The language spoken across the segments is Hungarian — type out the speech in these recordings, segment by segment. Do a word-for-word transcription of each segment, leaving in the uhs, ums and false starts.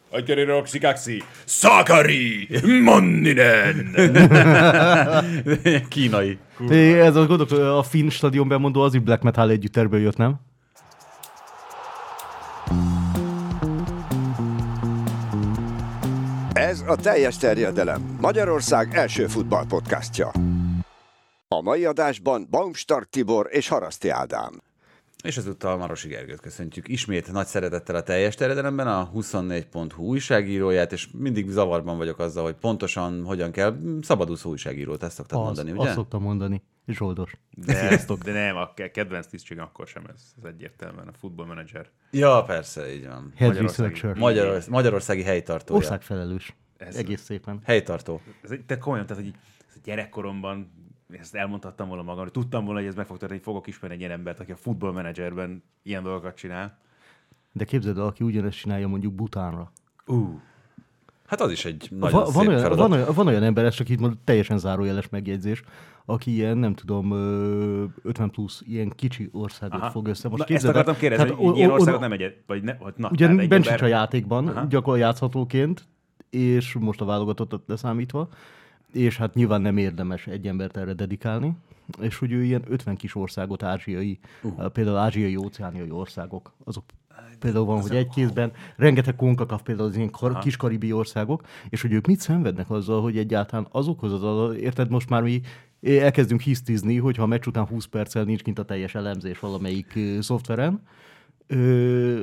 Aggyari roxikaxi, Szakari, Manninen! Kínai. É, ez az gondolok, a finn stadion bemondó az így black metal együtterből jött, nem? Ez a Teljes Terjedelem, Magyarország első futballpodcastja. A mai adásban Baumstark Tibor és Haraszti Ádám. És ezúttal Marosi Gergőt köszöntjük ismét nagy szeretettel a Teljes Terjedelemben, a huszonnégy pont hu újságíróját, és mindig zavarban vagyok azzal, hogy pontosan hogyan kell, szabadúszó újságírót, ezt szoktad az, mondani, ugye? Azt szoktam mondani, Zsoldos. De, de nem, a kedvenc tisztségem akkor sem ez, ez egyértelműen a football manager. Ja, persze, így van. Head Magyarországi, researcher. Magyarorsz, magyarországi helytartója. Országfelelős. Ez- Egész szépen. Helytartó. Ez, egy- te komolyan, tehát, hogy gyerekkoromban ezt elmondhattam volna magam, hogy tudtam volna, hogy ez meg fog történni, hogy fogok ismerni egy ilyen embert, aki a football managerben ilyen dolgokat csinál. De képzeld el, aki ugyanezt csinálja mondjuk Butánra. Uh. Hát az is egy nagyon Va- szép van, olyan, feladat. van, olyan, van olyan ember, ez csak itt mondom, teljesen zárójeles megjegyzés, aki ilyen, nem tudom, ö, ötven plusz ilyen kicsi országot Aha. fog össze. Most Na, ezt képzeld el, akartam kérdezni, tehát hogy o- ilyen o- országot o- nem egyet, vagy ne, vagy na, Ugye tehát egy bench a ember- játékban, Aha. gyakorlatilag játszhatóként, és most a válogatottat leszámítva, és hát nyilván nem érdemes egy embert erre dedikálni, és hogy ő ilyen ötven kis országot, ázsiai, uh. például ázsiai, óceániai országok, azok például van, hogy egy kézben, rengeteg konkakaf például az ilyen kar, kis karibi országok, és hogy ők mit szenvednek azzal, hogy egyáltalán azokhoz az, az érted, most már mi elkezdünk hisztizni, hogyha a meccs után húsz perccel nincs kint a teljes elemzés valamelyik ö, szoftveren, ö,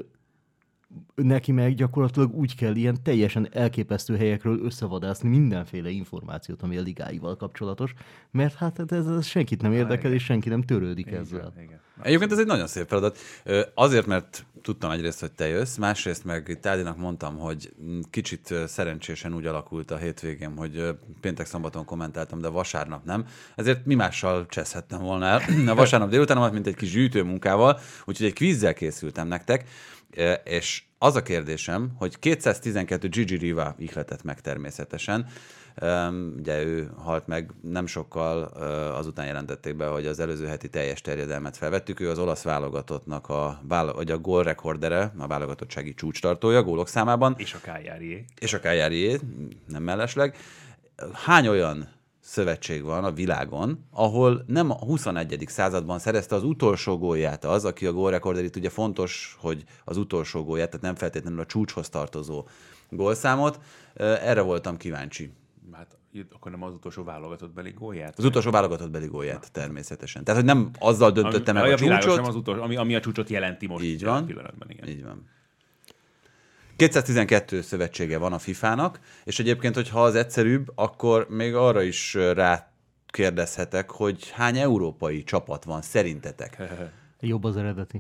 neki meg gyakorlatilag úgy kell ilyen teljesen elképesztő helyekről összevadászni mindenféle információt, ami a ligáival kapcsolatos, mert hát ez, ez senkit nem érdekel, és senki nem törődik ezzel. Igen, igen. Egyébként ez egy nagyon szép feladat. Ö, Azért, mert tudtam egyrészt, hogy te jössz, másrészt meg Tádinak mondtam, hogy kicsit ö, szerencsésen úgy alakult a hétvégén, hogy ö, péntek-szombaton kommentáltam, de vasárnap nem. Ezért mi mással cseszhettem volna el a vasárnap délutánomat, mint egy kis gyűjtőmunkával, úgyhogy egy kvízzel készültem nektek, Ö, és az a kérdésem, hogy kétszáztizenkettő Gigi Riva ihletett meg természetesen. Um, ugye ő halt meg, nem sokkal uh, azután jelentették be, hogy az előző heti teljes terjedelmet felvettük. Ő az olasz válogatottnak a, vagy a gólrekordere, a válogatottsági csúcstartója gólok számában. És a Kájárié. És a Kájárié, nem mellesleg. Hány olyan szövetség van a világon, ahol nem a huszonegyedik században szerezte az utolsó gólját az, aki a gólrekorder, itt ugye fontos, hogy az utolsó gólját, tehát nem feltétlenül a csúcshoz tartozó gólszámot. Erre voltam kíváncsi. Hát akkor nem az utolsó válogatott beli gólját? Az utolsó válogatott beli gólját természetesen. Tehát, hogy nem azzal döntötte meg ami, a világos, csúcsot. nem az utolsó, ami, ami a csúcsot jelenti most. Így van. Pillanatban, igen. Így van. kétszáztizenkettő szövetsége van a fifának, és egyébként, hogyha az egyszerűbb, akkor még arra is rá kérdezhetek, hogy hány európai csapat van szerintetek? Jobb az eredeti.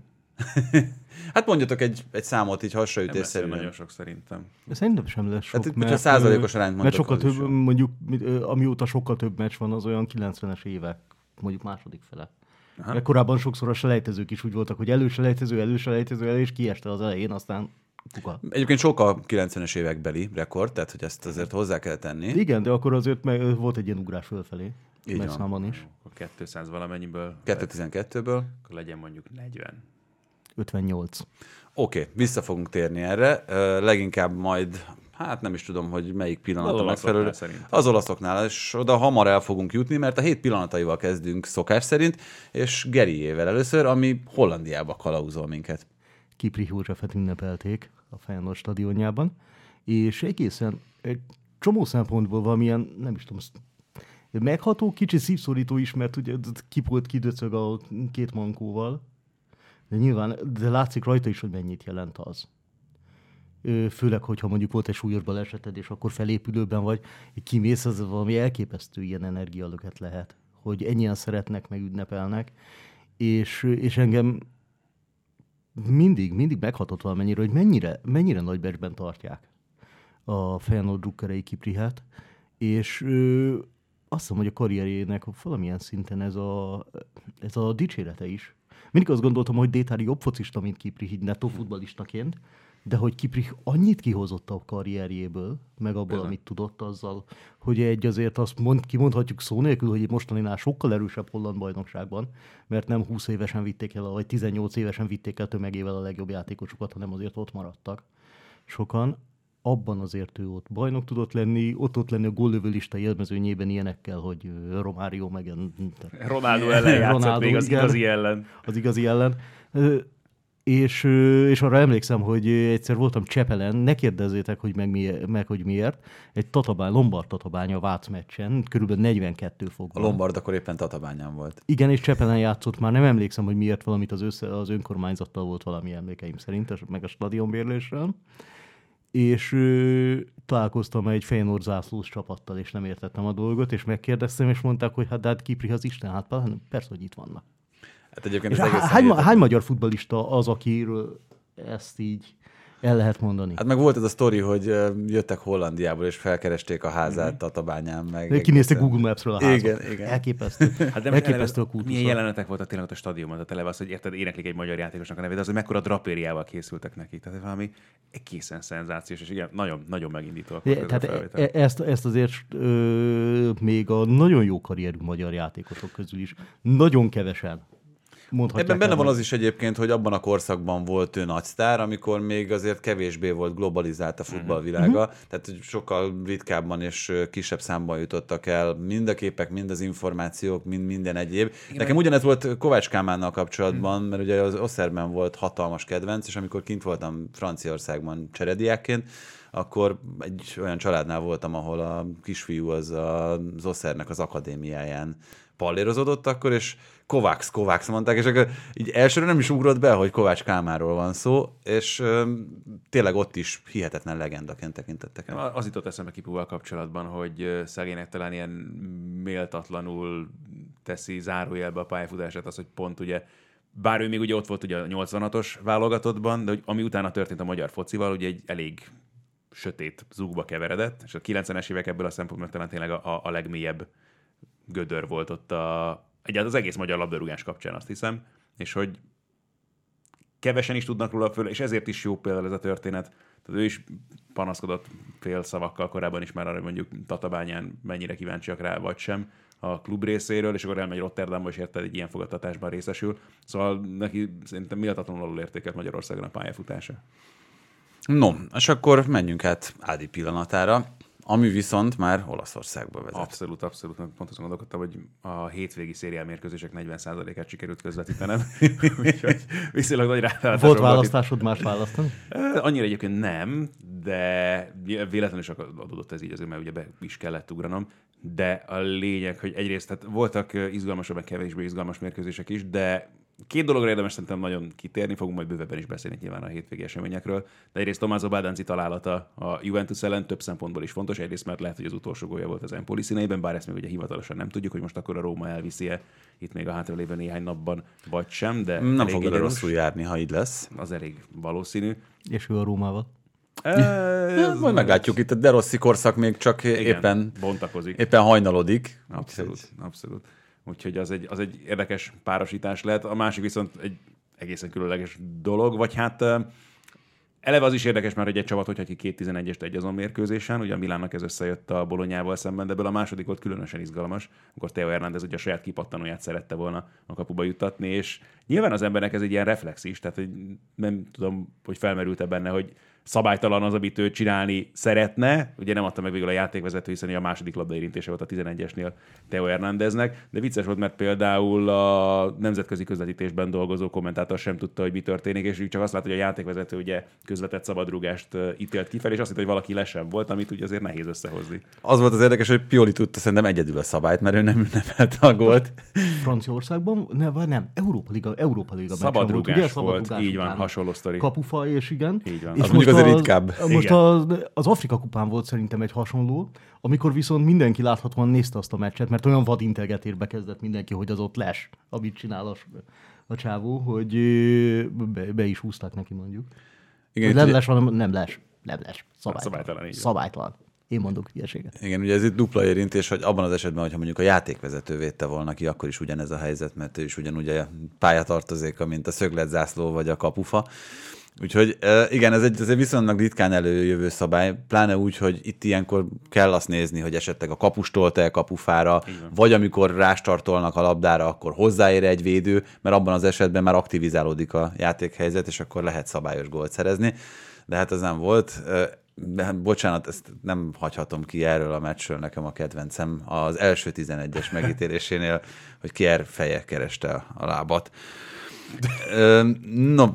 Hát mondjatok egy, egy számot így Nem lesz hasraütésszerűen. nagyon sok szerintem. Szerintem sem lesz sok, Hát, mert, hogyha százalékos arányt mert mondtok, sokkal az is több, jó. mondjuk, mit, ö, amióta sokkal több meccs van, az olyan kilencvenes évek, mondjuk második fele. Aha. Mert korábban sokszor a selejtezők is úgy voltak, hogy előselejtező, előselejtező, elő, és kieste az elején, aztán kuka. Egyébként sok a kilencvenes évek beli rekord, tehát hogy ezt azért hozzá kell tenni. Igen, de akkor azért meg, volt egy ilyen ugrás fölfelé. Így van. Messzában is. Akkor kétszáz valamennyiből, kétszáztizenkettőből. akkor legyen mondjuk negyven. ötvennyolc. Oké, okay, vissza fogunk térni erre. Uh, leginkább majd, hát nem is tudom, hogy melyik pillanat Az a olaszoknál megfelelő. szerintem. Az olaszoknál, és oda hamar el fogunk jutni, mert a hét pillanataival kezdünk szokás szerint, és Geriével először, ami Hollandiába kalauzol minket. Kipri Józsefet ünnepelték a Feyenoord stadionjában, és egészen egy csomó szempontból valamilyen, nem is tudom, megható, kicsi szívszorító is, mert ugye kipolt kidöcög a két mankóval, de nyilván, de látszik rajta is, hogy mennyit jelent az. Ö, Főleg, hogyha mondjuk volt egy súlyos baleseted, és akkor felépülőben vagy, kimész, az valami elképesztő ilyen energialöket lehet, hogy ennyien szeretnek, meg ünnepelnek, és, és engem mindig, mindig meghatott valamennyire, hogy mennyire, mennyire nagy becsben tartják a Feyenoord drukkerei Kiprihet, és ö, azt hiszem, hogy a karrierjének valamilyen szinten ez a, ez a dicsérete is. Mindig azt gondoltam, hogy Détári jobb focista, mint Kiprih, netto futballistaként, de hogy Kiprih annyit kihozott a karrierjéből, meg abból, Bizony. amit tudott azzal, hogy egy azért azt mond, kimondhatjuk szó nélkül, hogy egy mostaninál sokkal erősebb holland bajnokságban, mert nem húsz évesen vitték el, vagy tizennyolc évesen vitték el tömegével a legjobb játékosokat, hanem azért ott maradtak sokan. abban azért ő ott bajnok tudott lenni, ott ott lenni a góllövő lista élmezőnyében ilyenekkel, hogy Romário meg... Ronaldo ellen játszott Ronaldo, még az igen, igazi ellen. Az igazi ellen. És, és arra emlékszem, hogy egyszer voltam Csepelen, ne kérdezzétek, hogy meg, mi, meg hogy miért, egy Tatabány, Lombard Tatabány a Vác meccsen, körülbelül negyvenkettő fokban. A Lombard akkor éppen Tatabányán volt. Igen, és Csepelen játszott, már nem emlékszem, hogy miért valamit az, össze, az önkormányzattal volt valami emlékeim szerint, meg a stadionbérlésről. És ö, találkoztam egy Feyenoord zászlós csapattal, és nem értettem a dolgot, és megkérdeztem, és mondták, hogy hát, de hát Kipri az Isten, hát persze, hogy itt vannak. Hát egyébként és hány, hány magyar futballista az, akiről ezt így el lehet mondani? Hát meg volt ez a sztori, hogy jöttek Hollandiából, és felkeresték a házát mm-hmm. Tatabányán. Meg kinézték Google Maps-ről a házat. Igen, igen. Elképesztő. Hát de elképesztő a kultusz. Milyen jelenetek voltak tényleg a stadionban, tehát eleve az, hogy érted, éneklik egy magyar játékosnak a nevét, az, hogy mekkora drapériával készültek neki. Tehát valami egészen szenzációs, és igen, nagyon, nagyon megindítóak volt ez a felvétel. E- ezt, ezt azért ö, még a nagyon jó karrierű magyar játékosok közül is nagyon kevesen Ebben benne van az is egyébként, hogy abban a korszakban volt ő nagy sztár, amikor még azért kevésbé volt globalizált a futballvilága, uh-huh. tehát sokkal ritkábban és kisebb számban jutottak el mind a képek, mind az információk, mind minden egyéb. Igen, Nekem ugyanez volt Kovács Kálmánnal kapcsolatban, uh-huh. mert ugye az Auxerre-ben volt hatalmas kedvenc, és amikor kint voltam Franciaországban cserediákként, akkor egy olyan családnál voltam, ahol a kisfiú az az Auxerre-nek az akadémiáján pallérozódott akkor, és Kovács, Kovács mondták, és akkor így elsőre nem is ugrott be, hogy Kovács Kálmánról van szó, és öm, tényleg ott is hihetetlen legendaként tekintettek el. Az jutott eszembe Kipúval kapcsolatban, hogy szegénynek talán ilyen méltatlanul teszi zárójelbe a pályafutását az, hogy pont ugye, bár ő még ugye ott volt ugye a nyolcvanhatos válogatottban, de hogy ami utána történt a magyar focival, ugye egy elég sötét zugba keveredett, és a kilencvenes évek ebből a szempontból talán tényleg a, a legmélyebb gödör volt ott a, egyáltalán az egész magyar labdarúgás kapcsán, azt hiszem, és hogy kevesen is tudnak róla föl, és ezért is jó például ez a történet. Tehát ő is panaszkodott fél szavakkal korábban is már arra, hogy mondjuk Tatabányán mennyire kíváncsiak rá, vagy sem a klub részéről, és akkor elmegy Rotterdamba, és érted, egy ilyen fogadtatásban részesül. Szóval neki szerintem méltatlanul alul értékelt Magyarországon a pályafutása. No, és akkor menjünk át Ádi pillanatára, ami viszont már Olaszországba vezet. Abszolút, abszolút. Pontosan gondolkodtam, hogy a hétvégi szériál mérkőzések negyven százalékát sikerült közvetítenem. Úgyhogy viszonylag nagy rálátások. Volt választásod más választani? Annyira egyébként nem, de véletlenül is adódott ez így, azért mert ugye be is kellett ugranom. De a lényeg, hogy egyrészt hát voltak izgalmasabb, meg kevésbé izgalmas mérkőzések is, de két dologra érdemes szerintem nagyon kitérni, fogunk majd bővebben is beszélni nyilván a hétvégi eseményekről. De egyrészt Tommaso Baldanzi találata a Juventus ellen több szempontból is fontos. Egyrészt mert lehet, hogy az utolsó gólja volt az Empoli színeiben, bár ezt még ugye hivatalosan nem tudjuk, hogy most akkor a Róma elviszi-e itt még a hátralévő néhány napban, vagy sem. De nem fog vele rosszul járni, ha így lesz. Az elég valószínű. És ő a Rómával. Ez... Majd meglátjuk, itt a De Rossi korszak még csak igen, éppen bontakozik. Éppen hajnalodik. Abszolút, úgyhogy... abszolút. Úgyhogy az egy, az egy érdekes párosítás lehet. A másik viszont egy egészen különleges dolog, vagy hát eleve az is érdekes, mert egy csapat, hogyha ki két tizenegyest egy azon mérkőzésen, ugye a Milánnak ez összejött a Bolonyával szemben, de ebből a második volt különösen izgalmas, amikor Theo Hernández ugye a saját kipattanóját szerette volna a kapuba juttatni, és nyilván az embernek ez egy ilyen reflex is, tehát hogy nem tudom, hogy felmerült-e benne, hogy szabálytalan az, amit ő csinálni szeretne. Ugye nem adta meg végül a játékvezető, hiszen a második labda érintése volt a tizenegyesnél Theo Hernándeznek, de vicces volt, mert például a nemzetközi közvetítésben dolgozó kommentátor sem tudta, hogy mi történik, és csak azt látta, hogy a játékvezető ugye közvetett szabadrúgást ítélt ki fel, és azt hitt, hogy valaki lesen volt, amit ugye azért nehéz összehozni. Az volt az érdekes, hogy Pioli tudta szerintem egyedül a szabályt, mert ő nem ünnepelte a gólt. Franciaországban? Nem, vagy nem. Európa Liga, Európa Liga szabadrúgás volt, volt, volt, így van, hasonló sztori. Kapufa, és igen. Így van. És most azért ritkább. Most az, az Afrika kupán volt szerintem egy hasonló, amikor viszont mindenki láthatóan nézte azt a meccset, mert olyan vadintegetérbe kezdett mindenki, hogy az ott les, amit csinál a, a csávó, hogy be, be is húzták neki mondjuk. Igen, nem les, hanem nem les. Nem les. Szabálytalan. Szabálytalan. Szabálytalan. Én mondok hülyeséget. Igen, ugye ez itt dupla érintés, hogy abban az esetben, hogyha mondjuk a játékvezető védte volna ki, akkor is ugyanez a helyzet, mert ő is ugyanúgy a pályatartozéka, mint a szögletzászló vagy a kapufa. Úgyhogy igen, ez egy, ez egy viszonylag ritkán előjövő szabály, pláne úgy, hogy itt ilyenkor kell azt nézni, hogy esetleg a kapus tolta el kapufára, vagy amikor rástartolnak a labdára, akkor hozzáér egy védő, mert abban az esetben már aktivizálódik a játékhelyzet, és akkor lehet szabályos gólt szerezni, de hát ez nem volt. de bocsánat, ezt nem hagyhatom ki erről a meccsről, nekem a kedvencem az első tizenegyes megítélésénél, hogy Kier feje kereste a lábat. No,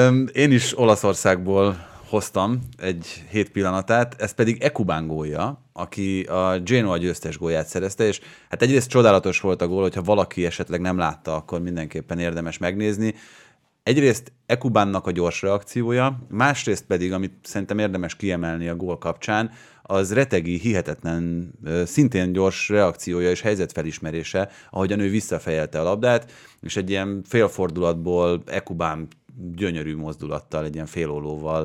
én is Olaszországból hoztam egy hét pillanatát, ez pedig Ekuban gólja, aki a Genoa győztes gólját szerezte, és hát egyrészt csodálatos volt a gól, hogyha valaki esetleg nem látta, akkor mindenképpen érdemes megnézni. Egyrészt Ekubannak a gyors reakciója, másrészt pedig, amit szerintem érdemes kiemelni a gól kapcsán, az Retegi hihetetlen, szintén gyors reakciója és helyzetfelismerése, ahogyan ő visszafejelte a labdát, és egy ilyen félfordulatból Ekuban gyönyörű mozdulattal, egy ilyen félólóval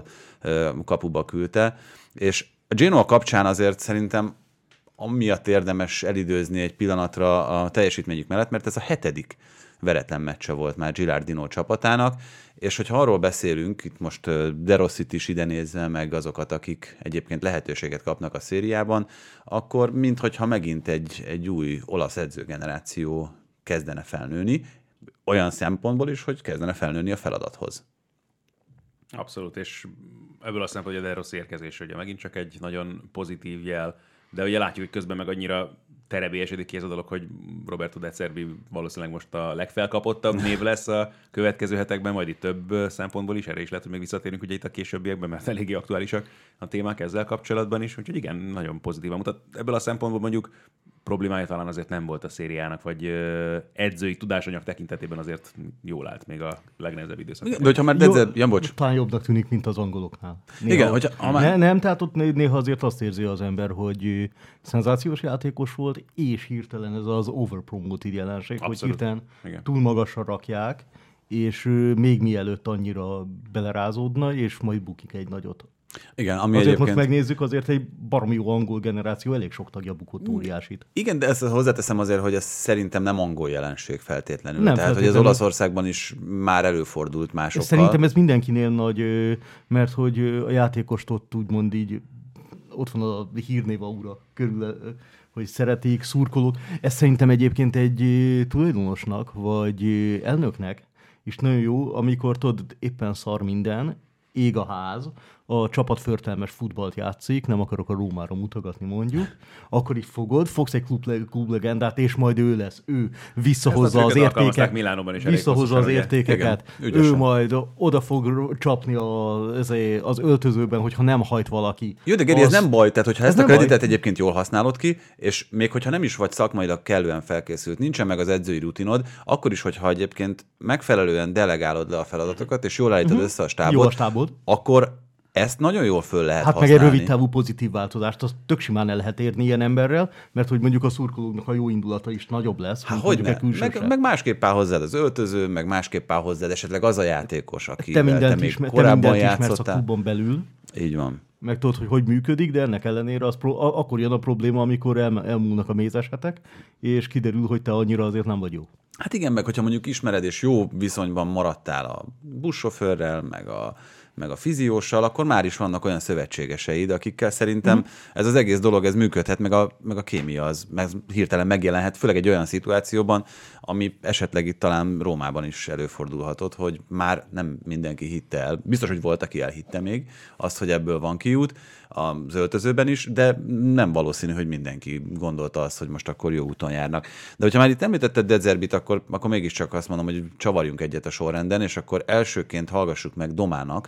kapuba küldte, és a Genoa kapcsán azért szerintem amiatt érdemes elidőzni egy pillanatra a teljesítményük mellett, mert ez a hetedik veretlen meccse volt már Gilardino csapatának, és hogyha arról beszélünk, itt most De Rossit is ide nézve, meg azokat, akik egyébként lehetőséget kapnak a szériában, akkor minthogyha megint egy, egy új olasz edzőgeneráció kezdene felnőni, olyan szempontból is, hogy kezdene felnőni a feladathoz. Abszolút, és ebből azt mondom, hogy a De Rossi érkezés ugye megint csak egy nagyon pozitív jel, de ugye látjuk, hogy közben meg annyira terebélyesedik ki ez a dolog, hogy Roberto De Zerbi valószínűleg most a legfelkapottabb név lesz a következő hetekben, majd itt több szempontból is, erre is lehet, hogy még visszatérünk ugye itt a későbbiekben, mert eléggé aktuálisak a témák ezzel kapcsolatban is, úgyhogy igen, nagyon pozitívan mutat. Ebből a szempontból mondjuk problémája talán azért nem volt a szériának, vagy edzői tudásanyag tekintetében azért jól állt még a legnehezebb időszakban. De hogyha már Dedzer, ja, bocs. Talán jobbnak tűnik, mint az angoloknál. Néha, igen, hogyha... Ha már... ne, nem, tehát ott néha azért azt érzi az ember, hogy szenzációs játékos volt, és hirtelen ez az overpromoted jelenség, abszolút, hogy hirtelen igen, túl magasra rakják, és még mielőtt annyira belerázódna, és majd bukik egy nagyot. Igen, ami azért egyébként... most megnézzük, azért egy baromi jó angol generáció elég sok tagja bukott óriásit. Igen, de ezt hozzáteszem azért, hogy ez szerintem nem angol jelenség feltétlenül. Nem Tehát, feltétlenül. hogy az Olaszországban is már előfordult másokkal. Szerintem ez mindenkinél nagy, mert hogy a játékost ott úgymond így, ott van a hírnév aura körül, hogy szeretik, szurkolók. Ez szerintem egyébként egy tulajdonosnak, vagy elnöknek is nagyon jó, amikor tudod, éppen szar minden, ég a ház, a csapat förtelmes futballt játszik, nem akarok a Rómára mutogatni mondjuk, akkor így fogod, fogsz egy klub, klublegendát, és majd ő lesz, ő visszahozza az értékeket, visszahozza az értékeket, igen, ő majd oda fog csapni az, az öltözőben, hogyha nem hajt valaki. Jó, de Geri, az... ez nem baj, tehát hogyha ez ezt a kreditet baj. Egyébként jól használod ki, és még hogyha nem is vagy szakmailag kellően felkészült, nincsen meg az edzői rutinod, akkor is, hogyha egyébként megfelelően delegálod le a feladatokat, és jól állítod uh-huh. össze a stábot, jó a stábod, akkor ezt nagyon jól föl lehet hát használni. meg egy rövid távú pozitív változást, azt tök simán el lehet érni ilyen emberrel, mert hogy mondjuk a szurkolóknak a jó indulata is nagyobb lesz. Hát hogy ne? Meg, meg másképp áll hozzád az öltöző, meg másképp áll hozzád esetleg az a játékos, aki te mindent, te ismer, korábban te mindent ismersz a klubon belül. Így van. Meg tudod, hogy hogy működik, de ennek ellenére az pro, akkor jön a probléma, amikor el, elmúlnak a mézes hetek, és kiderül, hogy te annyira azért nem vagy jó. Hát igen, meg hogyha mondjuk ismered, és jó viszonyban maradtál a buszsofőrrel, meg a meg a fizióssal, akkor már is vannak olyan szövetségeseid, akikkel szerintem mm. ez az egész dolog, ez működhet, meg a, meg a kémia az meg hirtelen megjelenhet, főleg egy olyan szituációban, ami esetleg itt talán Rómában is előfordulhatott, hogy már nem mindenki hitte el. Biztos, hogy volt, aki elhitte még azt, hogy ebből van kiút az öltözőben is, de nem valószínű, hogy mindenki gondolta azt, hogy most akkor jó úton járnak. De hogyha már itt említetted De Zerbit, akkor, akkor mégiscsak azt mondom, hogy csavarjunk egyet a sorrenden, és akkor elsőként hallgassuk meg Domának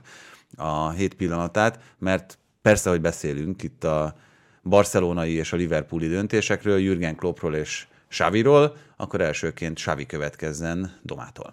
a hét pillanatát, mert persze, hogy beszélünk itt a barcelonai és a liverpooli döntésekről, Jürgen Kloppról és Xaviról, akkor elsőként Xavi következzen Domától.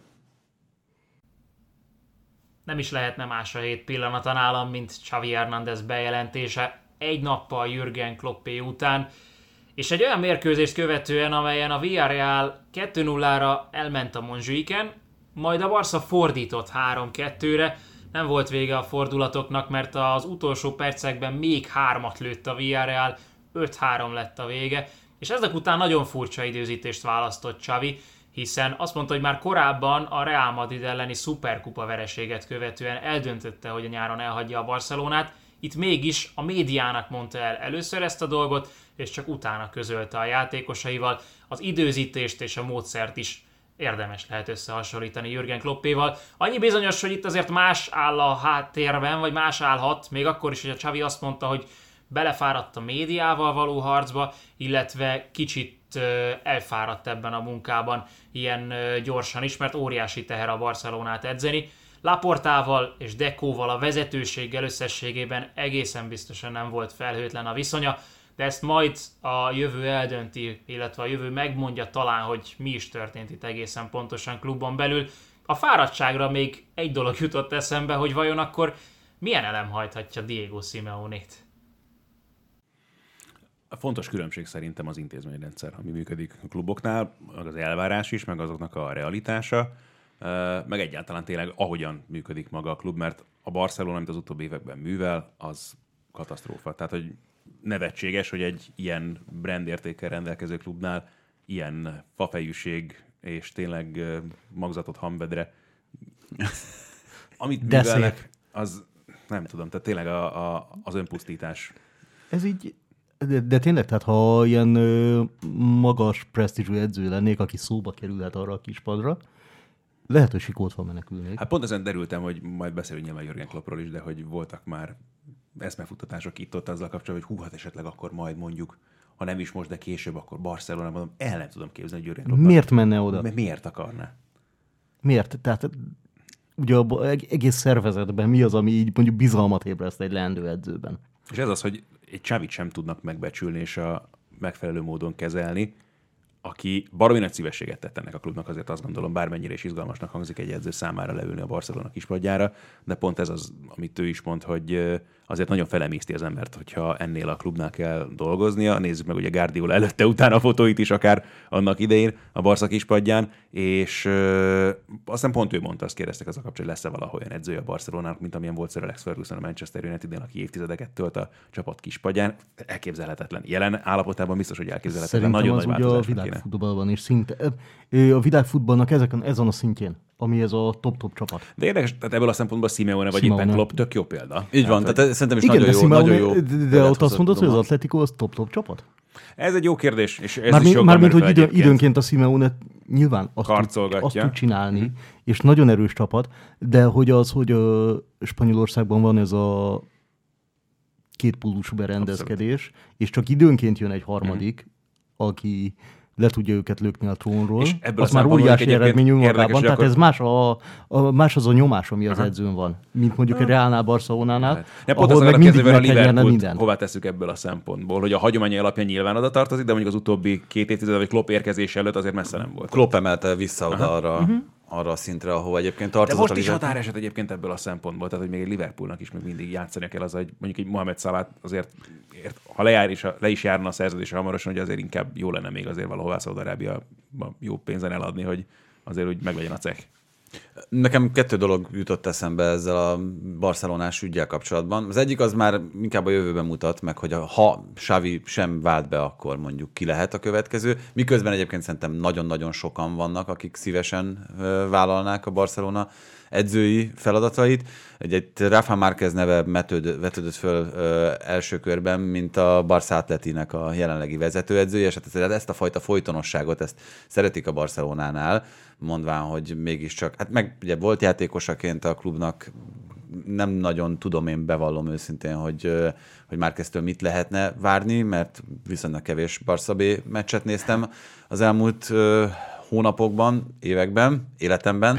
Nem is lehetne más a hét pillanata nálam, mint Xavi Hernández bejelentése egy nappal Jürgen Kloppé után, és egy olyan mérkőzést követően, amelyen a Villarreal kettő nullára elment a Montjuïken, majd a Barca fordított három kettőre, nem volt vége a fordulatoknak, mert az utolsó percekben még hármat lőtt a Villarreal, öt három lett a vége, és ezek után nagyon furcsa időzítést választott Xavi, hiszen azt mondta, hogy már korábban a Real Madrid elleni szuperkupa vereséget követően eldöntötte, hogy a nyáron elhagyja a Barcelonát, itt mégis a médiának mondta el először ezt a dolgot, és csak utána közölte a játékosaival. Az időzítést és a módszert is érdemes lehet összehasonlítani Jürgen Kloppéval. Annyi bizonyos, hogy itt azért más áll a háttérben, vagy más állhat, még akkor is, hogy a Xavi azt mondta, hogy belefáradt a médiával való harcba, illetve kicsit elfáradt ebben a munkában ilyen gyorsan is, mert óriási teher a Barcelonát edzeni. Laportával és Decóval, a vezetőséggel összességében egészen biztosan nem volt felhőtlen a viszonya, de ezt majd a jövő eldönti, illetve a jövő megmondja talán, hogy mi is történt itt egészen pontosan klubon belül. A fáradtságra még egy dolog jutott eszembe, hogy vajon akkor milyen elem hajthatja Diego Simeonét? A fontos különbség szerintem az intézményrendszer, ami működik a kluboknál, az elvárás is, meg azoknak a realitása, meg egyáltalán tényleg ahogyan működik maga a klub, mert a Barcelona, amit az utóbbi években művel, az katasztrófa. Tehát, hogy nevetséges, hogy egy ilyen brandértékkel rendelkező klubnál ilyen fafejűség és tényleg magzatot hambedre, amit De művelnek, szép. az nem tudom, tehát tényleg a, a, az önpusztítás. Ez így, de, de tényleg, tehát ha ilyen ö, magas presztízsű edző lennék, aki szóba kerülhet arra a kispadra, lehet, hogy sikótva menekülnék. Hát pont ezen derültem, hogy majd beszélünk nyilván Jürgen Kloppról is, de hogy voltak már eszmefuttatások itt-ott azzal kapcsolatban, hogy hú, hát esetleg akkor majd mondjuk, ha nem is most, de később, akkor Barcelonában, el nem tudom képzelni, hogy Jürgen Klopp. Miért menne oda? Mi- Miért akarná? Miért? Tehát ugye abban egész szervezetben mi az, ami így mondjuk bizalmat ébreszt egy leendő edzőben? És ez az, hogy egy Xavit sem tudnak megbecsülni és a megfelelő módon kezelni, aki baromi nagy szívességet tett ennek a klubnak, azért azt gondolom, bármennyire is izgalmasnak hangzik egy edző számára leülni a Barcelona kispadjára, de pont ez az, amit ő is mond, hogy azért nagyon felemészti az embert, hogyha ennél a klubnál kell dolgoznia. Nézzük meg ugye Guardiola előtte, utána a fotóit is akár annak idején a Barca kispadján, és ö, aztán pont ő mondta, azt kérdeztek az a kapcsolatban, hogy lesz-e valaha olyan edzője a Barcelonának, mint amilyen volt Sir Alex Ferguson a Manchester United-en, aki évtizedeket tölt a csapat kispadján. Elképzelhetetlen. Jelen állapotában biztos, hogy elképzelhetetlen. Szerintem Nagyon az nagy ugye a változás kéne. világfutballban is szinte. ö, A világfutballnak ezeken, ezen a szintjén, ami ez a top-top csapat. De érdekes, tehát ebből a szempontból Simeone vagy Simeone. éppen Klopp tök jó példa. Így van, hogy tehát szerintem is Igen, nagyon de, jó, Simeone, nagyon jó. de, de példát ott azt hozott mondod, hogy az Doma. Atletico az top-top csapat? Ez egy jó kérdés, és ez Mármint, is joggal mármint merül hogy fel idő, egyébként. időnként a Simeone nyilván azt tud, Karcolgatja. azt tud csinálni, és nagyon erős csapat, de hogy az, hogy a Spanyolországban van ez a kétpólusú berendezkedés, és csak időnként jön egy harmadik, aki le tudja őket lökni a trónról, És ebből az a már szempontból óriási egyébként eredmény érdekes, önmagában, hogy tehát akkor- ez más, a, a, más az a nyomás, ami az edzőn van, mint mondjuk a Realnál, Barcelonánál, De pont ahol az meg a mindig kérdés, hogy meg a kell nyerne Liverpoolt mindent. hová tesszük ebből a szempontból, hogy a hagyomány alapján nyilván oda tartozik, de mondjuk az utóbbi két évtized vagy Klopp érkezése előtt azért messze nem volt. Klopp emelte vissza oda arra, uh-huh. arra a szintre, ahova egyébként De tartozott most a is Liverpool. határeset egyébként ebből a szempontból, tehát hogy még egy Liverpoolnak is még mindig játszania kell az, hogy mondjuk egy Mohamed Salah azért, ért, ha lejár is, le is járna a szerződése hamarosan, hogy azért inkább jó lenne még azért valahová Szaúd-Arábia jó pénzen eladni, hogy azért úgy meglegyen a cech. Nekem kettő dolog jutott eszembe ezzel a barcelonás üggyel kapcsolatban. Az egyik az már inkább a jövőben mutat, meg hogy ha Xavi sem vált be, akkor mondjuk ki lehet a következő. Miközben egyébként szerintem nagyon-nagyon sokan vannak, akik szívesen ö, vállalnák a Barcelona edzői feladatait. Egy, egy Rafa Márquez neve metőd, vetődött föl ö, első körben, mint a Barca Atletinek a jelenlegi vezetőedzője, és hát ezt a fajta folytonosságot, ezt szeretik a Barcelonánál, mondván, hogy mégiscsak, hát meg ugye volt játékosaként a klubnak, nem nagyon tudom, én bevallom őszintén, hogy, ö, hogy Márqueztől mit lehetne várni, mert viszonylag kevés Barca B meccset néztem az elmúlt ö, hónapokban, években, életemben,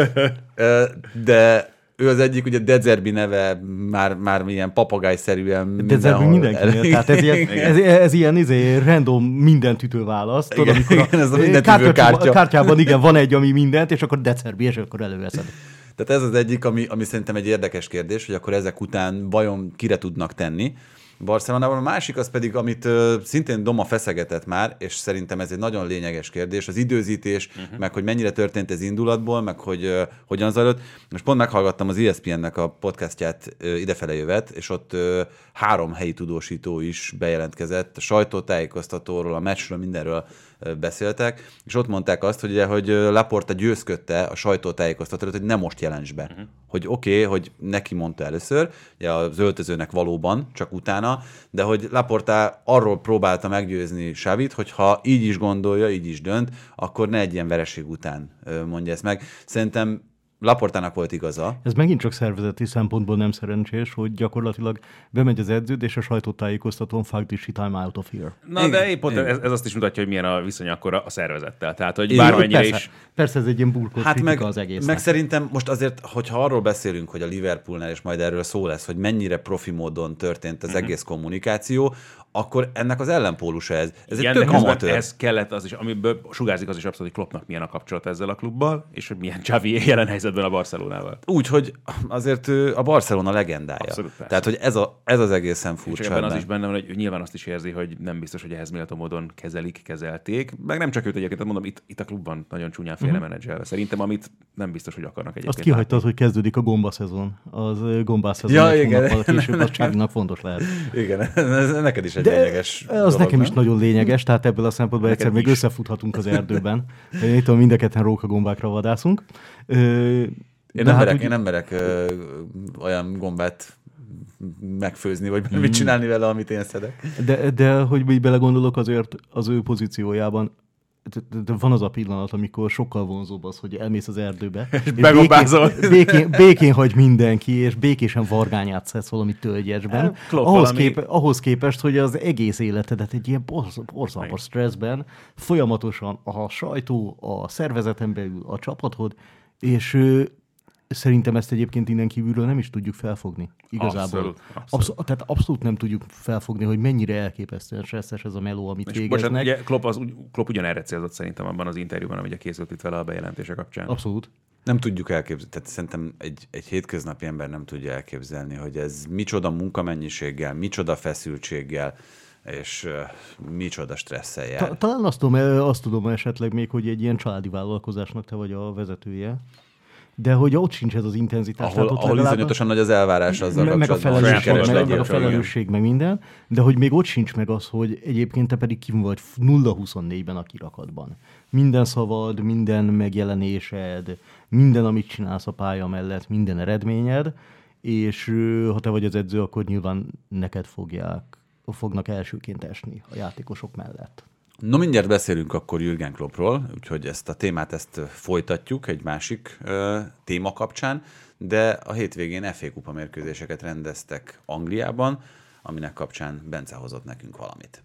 de ő az egyik, ugye De Zerbi neve már, már ilyen papagájszerűen De ez mindenkinél, tehát ez ilyen, ez, ez ilyen izé, random mindent ütő válasz. Tudod, Igen, amikor igen, ez a a mindent kártya, üvő kártya. kártyában igen, van egy, ami mindent, és akkor decerbi, és akkor előveszed. Tehát ez az egyik, ami, ami szerintem egy érdekes kérdés, hogy akkor ezek után vajon kire tudnak tenni Barcelonában. A másik az pedig, amit uh, szintén Doma feszegetett már, és szerintem ez egy nagyon lényeges kérdés, az időzítés, uh-huh. meg hogy mennyire történt ez indulatból, meg hogy uh, hogyan zajlott. Most pont meghallgattam az E S P N-nek a podcastját uh, idefele jövet, és ott uh, három helyi tudósító is bejelentkezett, a sajtótájékoztatóról, a meccsről, mindenről uh, beszéltek, és ott mondták azt, hogy, ugye, hogy Laporta győzködte a sajtótájékoztatót, hogy nem most jelents be. Uh-huh. Hogy oké, okay, hogy neki mondta először, ugye az öltözőnek valóban, csak utána, volna, de hogy Laporta arról próbálta meggyőzni Xavit, hogy ha így is gondolja, így is dönt, akkor ne egy ilyen vereség után mondja ezt meg. Szerintem Laportának volt igaza. Ez megint csak szervezeti szempontból nem szerencsés, hogy gyakorlatilag bemegy az edződ, és a sajtótájékoztatón fuck this shit, I'm out of here. Na, Igen, de épp ott igen. ez, ez azt is mutatja, hogy milyen a viszony akkor a szervezettel. Tehát, hogy Igen, bármennyire persze, is... Persze ez egy ilyen burkolt Hát kritika meg, az egésznek. meg szerintem most azért, hogyha arról beszélünk, hogy a Liverpoolnál, és majd erről szó lesz, hogy mennyire profi módon történt az uh-huh. egész kommunikáció, akkor ennek az ellenpólusa ez. Ez Igen, egy tök de közben amatőr. ehhez kellett az is, amiből sugárzik az is abszolút, hogy Kloppnak milyen a kapcsolat ezzel a klubbal, és hogy milyen Xavi jelen helyzetben a Barcelonával. Úgy, hogy azért ő a Barcelona legendája. Abszolút, persze. Tehát, hogy ez, a, ez az egészen És furcsa. ebben az ebben. is benne van, hogy nyilván azt is érzi, hogy nem biztos, hogy ehhez méltó módon kezelik, kezelték. Meg nem csak őt egyébként, tehát mondom, itt, itt a klubban nagyon csúnyán félre uh-huh. menedzselve. Szerintem, amit nem biztos, hogy akarnak egyébként. Azt kihagytad, hogy kezdődik a gomba szezon. Az gombás szezon Ja, egy igen. hónappal később, az Xavinak fontos lehet. Igen, ez neked is egy De lényeges az dolog, nekem nem? is nagyon lényeges, tehát ebből a szempontból Neked egyszer még is. összefuthatunk az erdőben. Itt tudom, mind a ketten rókagombákra vadászunk. Ö, Én de nem, hát merek, úgy- én nem merek ö, olyan gombát megfőzni, vagy mit csinálni vele, amit én szedek. De, de hogy így belegondolok, azért az ő pozíciójában de, de van az a pillanat, amikor sokkal vonzóbb az, hogy elmész az erdőbe, és begombázol. békén, békén, békén hagy mindenki, és békésen vargányát szedsz valami tölgyesben. Klopp Ahhoz, valami- kép, ahhoz képest, hogy az egész életedet egy ilyen borz- borzalmas stresszben folyamatosan a sajtó, a szervezeten belül, a csapatod, és ö, szerintem ezt egyébként innen kívülről nem is tudjuk felfogni. Igazából. Abszolút, abszolút. Abszolút, tehát abszolút nem tudjuk felfogni, hogy mennyire elképesztően stresszes ez a meló, amit És végeznek. bocsánat, ugye Klopp, az, úgy- Klopp ugyanerre célzott szerintem abban az interjúban, ami ugye készült itt vele a bejelentése kapcsán. Abszolút. Nem tudjuk elképzelni, tehát szerintem egy, egy hétköznapi ember nem tudja elképzelni, hogy ez micsoda munkamennyiséggel, micsoda feszültséggel, és uh, micsoda stresszel jár. Ta- talán azt tudom, eh, azt tudom esetleg még, hogy egy ilyen családi vállalkozásnak te vagy a vezetője, de hogy ott sincs ez az intenzitás. ahol tehát ott ahol legalább- izonyatosan nagy az elvárás azzal meg, meg a kapcsolatban, hogy felelősség, sikeres meg, meg legyél. a felelősség, meg minden, de hogy még ott sincs meg az, hogy egyébként te pedig kim vagy nulla huszonnégyben a kirakatban. Minden szavad, minden megjelenésed, minden, amit csinálsz a pálya mellett, minden eredményed, és ö, ha te vagy az edző, akkor nyilván neked fogják, fognak elsőként esni a játékosok mellett. No, mindjárt beszélünk akkor Jürgen Kloppról, úgyhogy ezt a témát ezt folytatjuk egy másik ö, téma kapcsán, de a hétvégén ef á kupa mérkőzéseket rendeztek Angliában, aminek kapcsán Bence hozott nekünk valamit.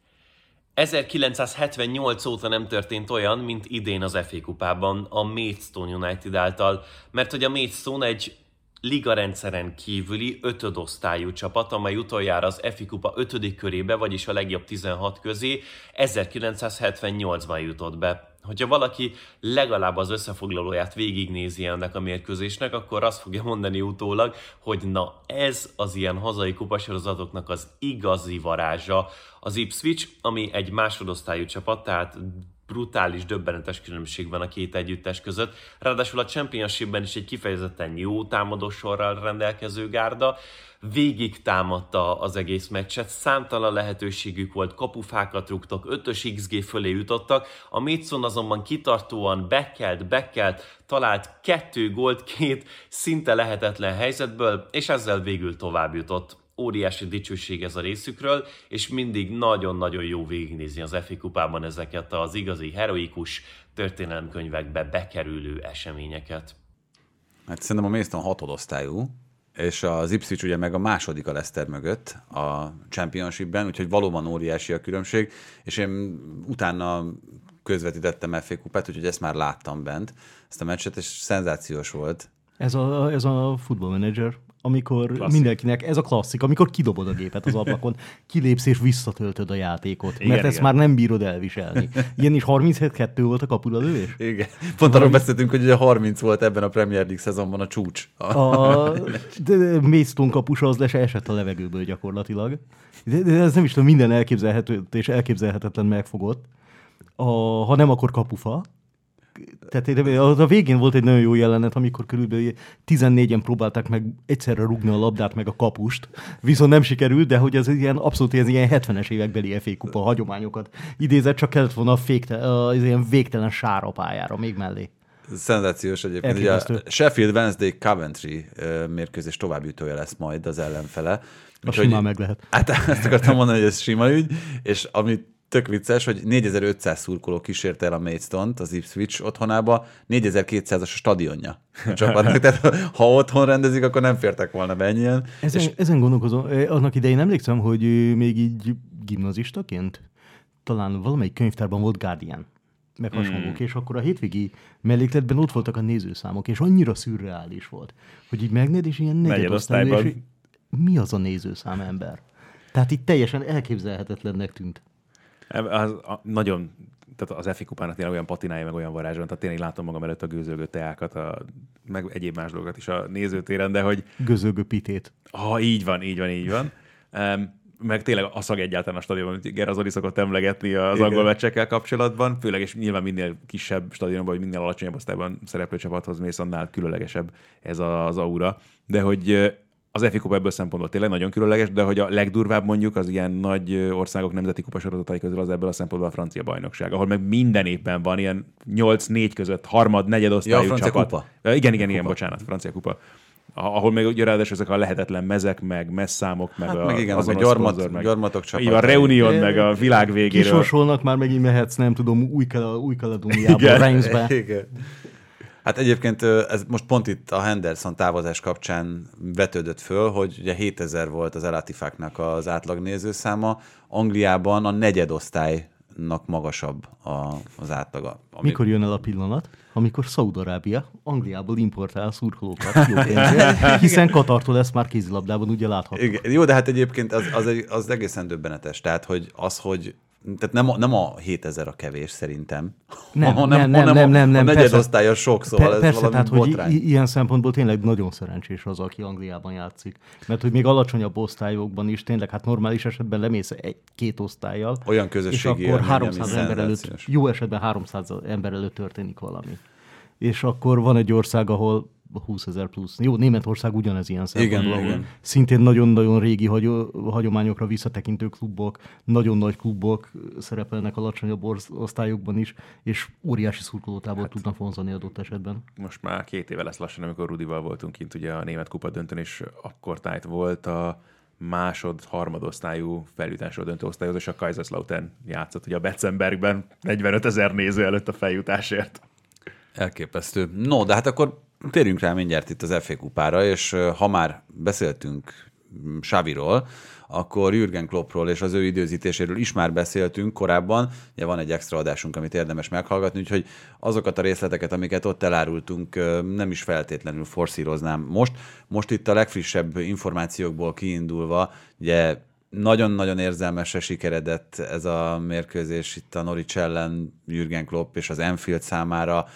ezerkilencszázhetvennyolc óta nem történt olyan, mint idén az ef á kupában a Maidstone United által, mert hogy a Maidstone egy ligarendszeren kívüli ötödosztályú csapat, amely utoljára az ef á kupa ötödik körébe, vagyis a legjobb tizenhat közé ezerkilencszázhetvennyolcban jutott be. Hogyha valaki legalább az összefoglalóját végignézi ennek a mérkőzésnek, akkor azt fogja mondani utólag, hogy na ez az ilyen hazai kupasorozatoknak az igazi varázsa. Az Ipswich, ami egy másodosztályú csapat, tehát brutális, döbbenetes különbség van a két együttes között. Ráadásul a Championshipben is egy kifejezetten jó támadósorral rendelkező gárda. Végig támadta az egész meccset, számtalan lehetőségük volt, kapufákat rúgtak, ötös iksz gé fölé jutottak. A Maidstone azonban kitartóan bekkelt, bekkelt, talált kettő gólt két szinte lehetetlen helyzetből, és ezzel végül tovább jutott. Óriási dicsőség ez a részükről, és mindig nagyon-nagyon jó végignézni az ef á kupában ezeket az igazi heroikus történelemkönyvekbe bekerülő eseményeket. Hát szerintem a Maidstone hatodosztályú, és az Ipswich ugye meg a második a Leicester mögött a Championshipben, úgyhogy valóban óriási a különbség, és én utána közvetítettem ef á kupát, úgyhogy ezt már láttam bent, ezt a meccset, és szenzációs volt. Ez a, ez a Football Manager, amikor Klasszik. mindenkinek, ez a klasszik, amikor kidobod a gépet az ablakon, kilépsz és visszatöltöd a játékot, Igen, mert ezt igen. már nem bírod elviselni. Ilyen is harminchét kettő volt a kapura lövés? Igen. Pont arról beszéltünk, hogy ugye harminc volt ebben a Premier League szezonban a csúcs. A de Maidstone kapusa az le se esett a levegőből gyakorlatilag. De, de ez nem is tudom, minden elképzelhető és elképzelhetetlen megfogott. A, ha nem, akkor kapufa. Tehát én- a végén volt egy nagyon jó jelenet, amikor körülbelül tizennégyen próbálták meg egyszerre rúgni a labdát meg a kapust, viszont nem sikerült, de hogy ez ilyen abszolút ez ilyen hetvenes évekbeli ef á kupa hagyományokat idézett, csak kellett volna a, fékte, az ilyen végtelen sára pályára még mellé. Szenzációs egyébként. Ugye a Elképesztő. Sheffield Wednesday Coventry ö, mérkőzés továbbjutója lesz majd az ellenfele, A simán meg lehet. Hát ezt akartam mondani, hogy ez sima ügy, és ami tök vicces, hogy négyezer-ötszáz szurkoló kísérte el a Maidstone-t az Ipswich otthonába, négyezer-kétszázas a stadionja a csapatnak, tehát ha otthon rendezik, akkor nem fértek volna be ennyien. Ezen, és... ezen gondolkozom, annak idején emlékszem, hogy még így gimnazistaként talán valamelyik könyvtárban volt Guardian, meg hasonlók, mm. és akkor a hétvégi mellékletben ott voltak a nézőszámok, és annyira szürreális volt, hogy így megnéd, és ilyen negyedosztályú, és mi az a nézőszám ember? Tehát itt teljesen elképzelhetetlennek tűnt. Az, a, nagyon, tehát az ef á kupának tényleg olyan patinája, meg olyan varázsa, tehát tényleg látom magam előtt a gőzölgő teákat, a, meg egyéb más dolgokat is a nézőtéren, de hogy... Gőzölgő pitét. Ha, így van, így van, így van. Um, meg tényleg a szag egyáltalán a stadionban, hogy Gerazoli szokott emlegetni az angol meccsekkel kapcsolatban, főleg és nyilván minél kisebb stadionban, vagy minél alacsonyabb osztályban szereplő csapathoz mész, annál különlegesebb ez az aura. De hogy az ef á kupa ebből szempontból tényleg nagyon különleges, de hogy a legdurvább mondjuk az ilyen nagy országok nemzeti kupasorozatai közül az ebből a szempontból a francia bajnokság, ahol meg minden évben van ilyen nyolc négy között harmad, negyedosztályú ja, csapat. Kupa. Igen, igen, igen, kupa. bocsánat, francia kupa. Ahol még ugye ráadásul ezek a lehetetlen mezek, meg messzámok, meg, hát a, meg igen, az a gyarmat, meg gyarmatok csapat. A Reunion, é, meg a világ végéről. Kisorsolnak, már megint mehetsz, nem tudom, Új-Kaledóniából, Reims-be. Igen. Hát egyébként ez most pont itt a Henderson távozás kapcsán vetődött föl, hogy ugye hétezer volt az Elatifáknak az átlag nézőszáma, Angliában a negyedosztálynak magasabb a, az átlaga. Ami... Mikor jön el a pillanat? Amikor Szaúd-Arábia Angliából importál szurkolókat jó pénzért, hiszen Katartól lesz már kézilabdában, ugye látható. Igen, jó, de hát egyébként az, az, egy, az egészen döbbenetes. Tehát, hogy az, hogy tehát nem a, nem a hétezer a kevés szerintem, nem, hanem, nem, nem, hanem nem, nem, a, nem, a negyedosztály a sok, szóval per, ez persze, valami tehát, botrány. hogy i- ilyen szempontból tényleg nagyon szerencsés az, aki Angliában játszik. Mert hogy még alacsonyabb osztályokban is tényleg, hát normális esetben lemész egy-két osztályjal, olyan közösségi és akkor élmény, háromszáz ember előtt, jó esetben háromszáz ember előtt történik valami. És akkor van egy ország, ahol húszezer plusz. Jó, Németország ugyanez ilyen szempontból, igen, ahol igen. szintén nagyon-nagyon régi hagy- hagyományokra visszatekintő klubok, nagyon nagy klubok szerepelnek alacsonyabb osztályokban is, és óriási szurkolótábor hát, tudnak vonzani adott esetben. Most már két éve lesz lassan, amikor Rudival voltunk kint ugye a német kupa döntőn, és akkor tájt volt a másod, harmadosztályú feljutásról döntő osztályhoz, és a Kaiserslautern játszott ugye a Betzenbergben negyvenöt ezer néző előtt a feljutásért. Elképesztő. No, de hát akkor térjünk rá mindjárt itt az ef á kupára, és ha már beszéltünk Xaviról, akkor Jürgen Kloppról és az ő időzítéséről is már beszéltünk korábban. Ugye van egy extra adásunk, amit érdemes meghallgatni, úgyhogy azokat a részleteket, amiket ott elárultunk, nem is feltétlenül forszíroznám most. Most itt a legfrissebb információkból kiindulva, ugye nagyon-nagyon érzelmesre sikeredett ez a mérkőzés itt a Norwich ellen Jürgen Klopp és az Anfield számára.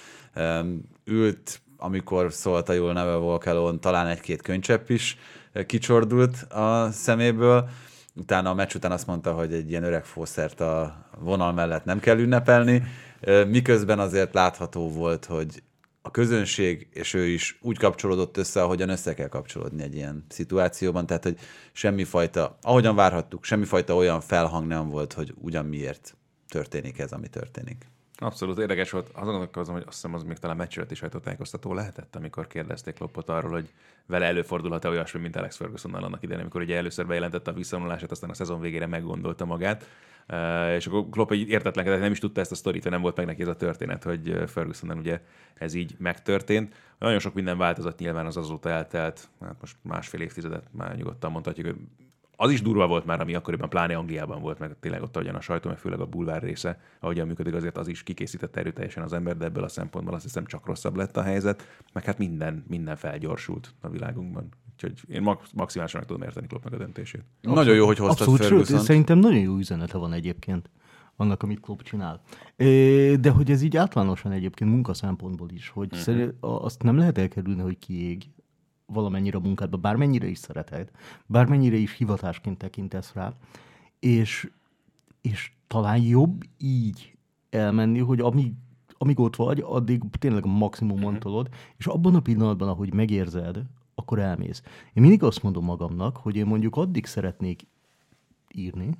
Ült, amikor szólt a jól neve Volkelón, talán egy-két könycsepp is kicsordult a szeméből. Utána a meccs után azt mondta, hogy egy ilyen öreg fószert a vonal mellett nem kell ünnepelni, miközben azért látható volt, hogy a közönség és ő is úgy kapcsolódott össze, ahogyan össze kell kapcsolódni egy ilyen szituációban, tehát hogy semmifajta, ahogyan várhattuk, semmifajta olyan felhang nem volt, hogy ugyan miért történik ez, ami történik. Abszolút érdekes volt. Azon gondolkozom, hogy azt hiszem, az még talán meccsületi sajtótájékoztató lehetett, amikor kérdezték Kloppot arról, hogy vele előfordulhat-e olyasmi, mint Alex Fergusonnal annak idején, amikor ugye először bejelentette a visszavonulását, aztán a szezon végére meggondolta magát. Uh, és akkor Klopp egy értetlenkedett, nem is tudta ezt a sztorit, nem volt meg neki ez a történet, hogy Fergusonnal ugye ez így megtörtént. Nagyon sok minden változott, nyilván az azóta eltelt, hát most másfél évtizedet már nyugodtan mondhatjuk, hogy az is durva volt már, ami akkoriban pláne Angliában volt, meg tényleg ott ahogyan a sajtó, meg főleg a bulvár része, ahogyan működik, azért az is kikészítette erőteljesen az ember, de ebből a szempontból azt hiszem csak rosszabb lett a helyzet, meg hát minden, minden felgyorsult a világunkban. Úgyhogy én max- maximálisan meg tudom érteni Kloppnak a döntését. Abszolút, nagyon jó, hogy hoztad Abszolút, Ferguson-t. Sőt, szerintem nagyon jó üzenete van egyébként annak, amit Klopp csinál. De hogy ez így általánosan egyébként munka szempontból is, hogy uh-huh. azt nem lehet elkerülni, hogy kiég valamennyire a munkádba, bármennyire is szereted, bármennyire is hivatásként tekintesz rá, és, és talán jobb így elmenni, hogy amíg, amíg ott vagy, addig tényleg a maximumon tolod, és abban a pillanatban, ahogy megérzed, akkor elmész. Én mindig azt mondom magamnak, hogy én mondjuk addig szeretnék írni,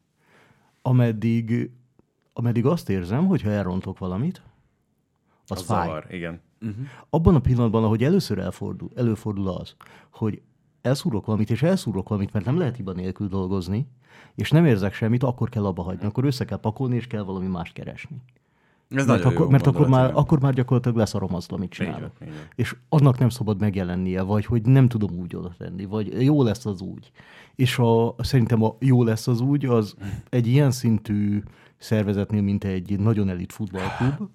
ameddig, ameddig azt érzem, hogy ha elrontok valamit, az, az fáj. Zavar, igen. Uh-huh. Abban a pillanatban, ahogy először elfordul, előfordul az, hogy elszúrok valamit, és elszúrok valamit, mert nem lehet hiba nélkül dolgozni, és nem érzek semmit, akkor kell abba hagyni. Akkor össze kell pakolni, és kell valami mást keresni. Ez mert akkor, jó mert akkor, már, igen. akkor már gyakorlatilag leszarom azt, amit csinálok. Igen, igen. És annak nem szabad megjelennie, vagy hogy nem tudom úgy oda tenni, vagy jó lesz az úgy. És a, szerintem a jó lesz az úgy, az egy ilyen szintű szervezetnél, mint egy nagyon elit futballklub,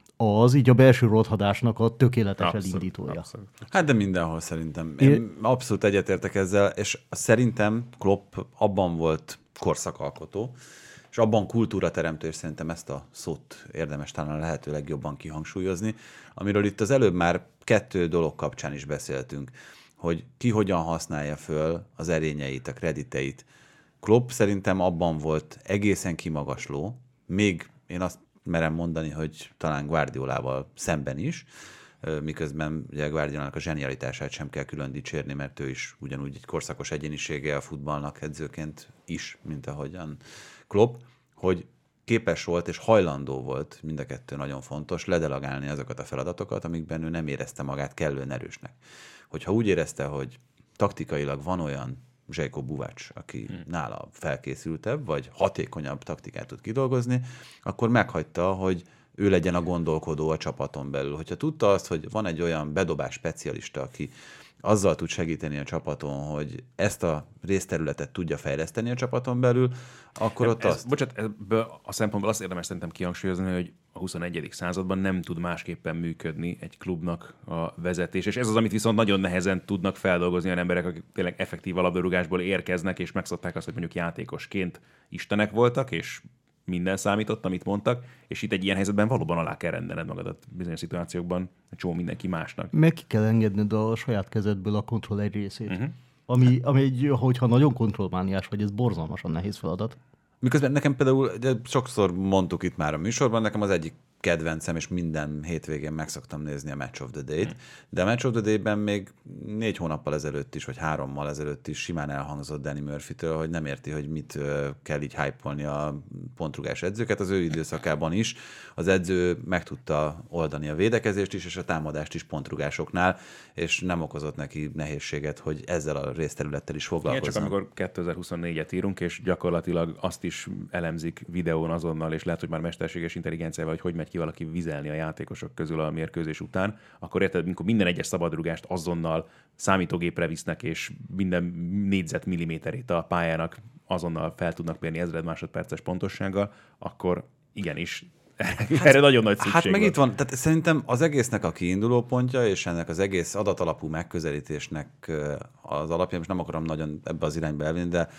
az így a belső rothadásnak a tökéletes Abszolút, elindítója. abszolút. Hát de mindenhol szerintem. Én Én- abszolút egyetértek ezzel, és szerintem Klopp abban volt korszakalkotó, és abban kultúrateremtő, és szerintem ezt a szót érdemes talán a lehető legjobban kihangsúlyozni, amiről itt az előbb már kettő dolog kapcsán is beszéltünk, hogy ki hogyan használja föl az erényeit, a krediteit. Klopp szerintem abban volt egészen kimagasló, még én azt merem mondani, hogy talán Guardiolával szemben is, miközben ugye Guardiolának a zsenialitását sem kell külön dicsérni, mert ő is ugyanúgy egy korszakos egyénisége a futballnak edzőként is, mint ahogyan Klopp, hogy képes volt és hajlandó volt, mind a kettő nagyon fontos, ledelegálni azokat a feladatokat, amikben ő nem érezte magát kellően erősnek. Hogyha úgy érezte, hogy taktikailag van olyan Željko Buvacs, aki hmm. nála felkészültebb, vagy hatékonyabb taktikát tud kidolgozni, akkor meghagyta, hogy ő legyen a gondolkodó a csapaton belül. Hogyha tudta azt, hogy van egy olyan bedobás specialista, aki azzal tud segíteni a csapaton, hogy ezt a részterületet tudja fejleszteni a csapaton belül, akkor Nem, ott ez, azt... Bocsánat, ebből a szempontból azt érdemes szerintem kihangsúlyozni, hogy a huszonegyedik században nem tud másképpen működni egy klubnak a vezetés, és ez az, amit viszont nagyon nehezen tudnak feldolgozni olyan emberek, akik tényleg effektív labdarúgásból érkeznek, és megszokták azt, hogy mondjuk játékosként istenek voltak, és minden számított, amit mondtak, és itt egy ilyen helyzetben valóban alá kell rendelned magadat bizonyos szituációkban, egy csomó mindenki másnak. Meg ki kell engedned a saját kezedből a kontroll egy részét. Uh-huh. Ami, ami egy, hogyha nagyon kontrollmániás vagy, ez borzalmasan nehéz feladat. Miközben nekem például, de sokszor mondtuk itt már a műsorban, nekem az egyik kedvencem, és minden hétvégén meg szoktam nézni a Match of the Day-t, hmm. de a Match of the Day-ben még négy hónappal ezelőtt is, vagy hárommal ezelőtt is simán elhangzott Danny Murphy-től, hogy nem érti, hogy mit uh, kell így hype-olni a pontrugás edzőket. Az ő időszakában is az edző meg tudta oldani a védekezést is, és a támadást is pontrugásoknál, és nem okozott neki nehézséget, hogy ezzel a részterülettel is foglalkozzon. Igen, csak amikor kétezer-huszonnégyet írunk, és gyakorlatilag azt is elemzik videón azonnal, és lehet, hogy már mesterséges intelligenciával, hogy hogy megy ki valaki vizelni a játékosok közül a mérkőzés után, akkor érted, amikor minden egyes szabadrugást azonnal számítógépre visznek, és minden négyzetmilliméterét a pályának azonnal fel tudnak mérni ezred másodperces pontossággal, akkor igenis hát, erre nagyon nagy szükség Hát meg van. itt van, tehát szerintem az egésznek a kiinduló pontja, és ennek az egész adatalapú megközelítésnek az alapja, most nem akarom nagyon ebbe az irányba elvinni, de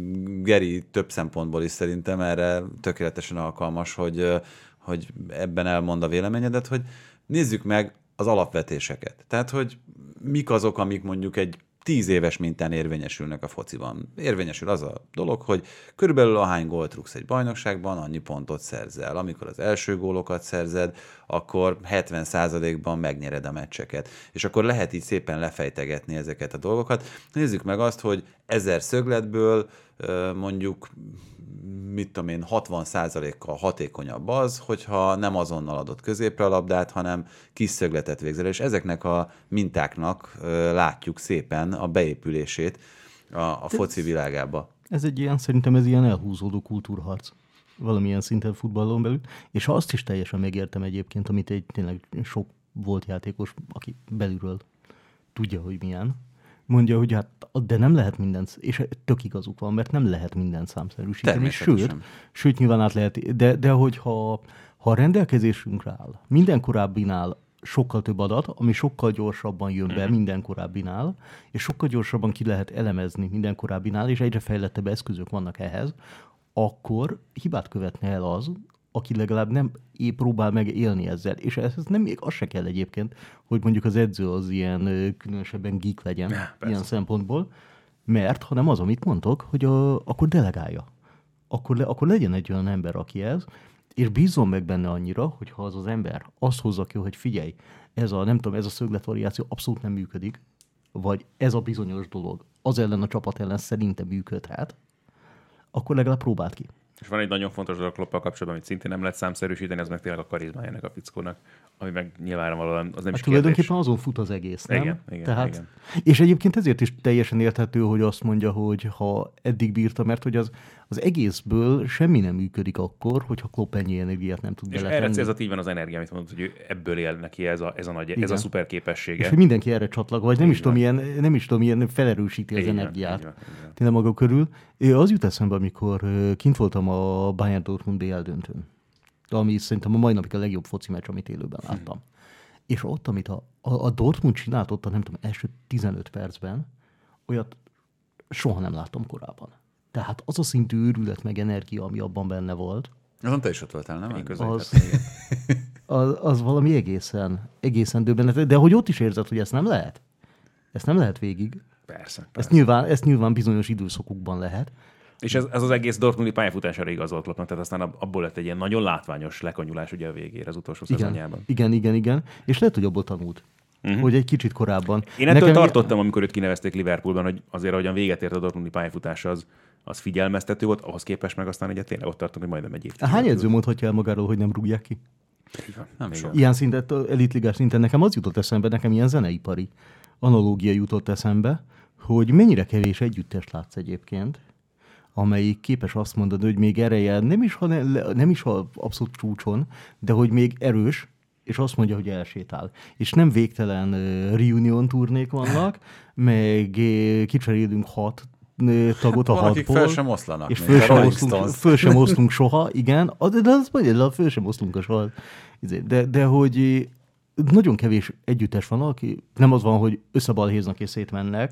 Geri több szempontból is szerintem erre tökéletesen alkalmas, hogy, hogy ebben elmond a véleményedet, hogy nézzük meg az alapvetéseket. Tehát, hogy mik azok, amik mondjuk egy tíz éves mintán érvényesülnek a fociban. Érvényesül az a dolog, hogy körülbelül ahány gólt rúgsz egy bajnokságban, annyi pontot szerzel. Amikor az első gólokat szerzed, akkor hetven százalékban megnyered a meccseket. És akkor lehet így szépen lefejtegetni ezeket a dolgokat. Nézzük meg azt, hogy ezer szögletből mondjuk mit tudom én, hatvan százalékkal hatékonyabb az, hogyha nem azonnal adott középre a labdát, hanem kis szögletet végzel, és ezeknek a mintáknak látjuk szépen a beépülését a, a foci világába. Ez egy ilyen, szerintem ez ilyen elhúzódó kultúrharc valamilyen szinten futballon belül, és azt is teljesen megértem egyébként, amit egy tényleg sok volt játékos, aki belülről tudja, hogy milyen, mondja, hogy hát, de nem lehet mindent, és tök igazuk van, mert nem lehet mindent számszerűsíteni. Sőt, sőt, nyilván át lehet, de, de hogyha ha a rendelkezésünkre áll, minden korábbinál sokkal több adat, ami sokkal gyorsabban jön be minden korábbinál, és sokkal gyorsabban ki lehet elemezni minden korábbinál, és egyre fejlettebb eszközök vannak ehhez, akkor hibát követne el az, aki legalább nem épp próbál meg élni ezzel. És ez nem még az se kell egyébként, hogy mondjuk az edző az ilyen különösebben geek legyen, ja, ilyen szempontból, mert hanem az, amit mondtok, hogy a, akkor delegálja. Akkor, le, akkor legyen egy olyan ember, aki ez, és bízzon meg benne annyira, hogy ha az az ember azt hozza ki, hogy figyelj, ez a, nem tudom, ez a szögletvariáció abszolút nem működik, vagy ez a bizonyos dolog az ellen a csapat ellen szerintem működhet, akkor legalább próbáld ki. És van egy nagyon fontos dolog Kloppal kapcsolatban, amit szintén nem lehet számszerűsíteni, az meg tényleg a karizmája ennek a fickónak, ami meg nyilvánvalóan az nem is hát tulajdonképpen azon fut az egész, nem? Igen, igen, Tehát, igen. És egyébként ezért is teljesen érthető, hogy azt mondja, hogy ha eddig bírta, mert hogy az, az egészből semmi nem működik akkor, hogyha Klopp ennyi energiát nem tud és beletenni. erre ez így van az energia, amit mondod, hogy ő ebből él neki ez a, ez a, nagy, ez a szuper képessége. És hogy mindenki erre csatlag, vagy nem Így is, tudom, van. ilyen, nem is tudom, ilyen felerősíti az Így van, energiát. így van, így van. Tényleg maga körül. Ö, Az jut eszembe, amikor ö, kint voltam a Bayern Dortmund bé el döntőn, ami szerintem a mai napig a legjobb foci meccs, amit élőben láttam. Hmm. És ott, amit a, a, a Dortmund csinált ott a nem tudom, első tizenöt percben, olyat soha nem láttam korábban. Tehát az a szintű őrület meg energia, ami abban benne volt, Azon te is ott voltál, nem? Én az, közelítettem, igen. az, az valami egészen, egészen döbbenetes. De hogy ott is érzed, hogy ezt nem lehet? Ezt nem lehet végig. Persze, persze. Ezt nyilván, ezt nyilván bizonyos időszakokban lehet. És ez, ez az egész Dortmundi pályafutására igazolt Kloppnak, tehát aztán abból lett egy ilyen nagyon látványos lekonyulás ugye a végére az utolsó Igen, szezonjában. igen, igen, igen. És lehet, hogy abból tanult. Uh-huh. Hogy egy kicsit korábban. Én ettől Nekem... tartottam, amikor őt kinevezték Liverpoolban, hogy azért, ahogyan véget ért a Dortmundi pályafutása, az, az figyelmeztető volt, ahhoz képest meg aztán ugye tényleg ott tartunk, hogy majdnem egy évtized. Hány edző mondhatja el magáról, hogy nem rúgják ki? Nem sok. Ilyen szintet, elitligás szinten nekem az jutott eszembe, nekem ilyen zeneipari analógia jutott eszembe, hogy mennyire kevés együttest látsz egyébként, amelyik képes azt mondani, hogy még ereje nem is, ha ne, nem is ha abszolút csúcson, de hogy még erős, és azt mondja, hogy elsétál. És nem végtelen uh, reunion turnék vannak, meg uh, kicserélünk hat uh, tagot Hát a van, akik hatból. fel sem oszlanak. És még föl a sem, Rolling osztunk, Stones. föl sem osztunk soha, igen. Az- De azt mondja, de föl sem osztunk a soha. De, de hogy nagyon kevés együttes van, aki nem az van, hogy összebalhéznak és szétmennek,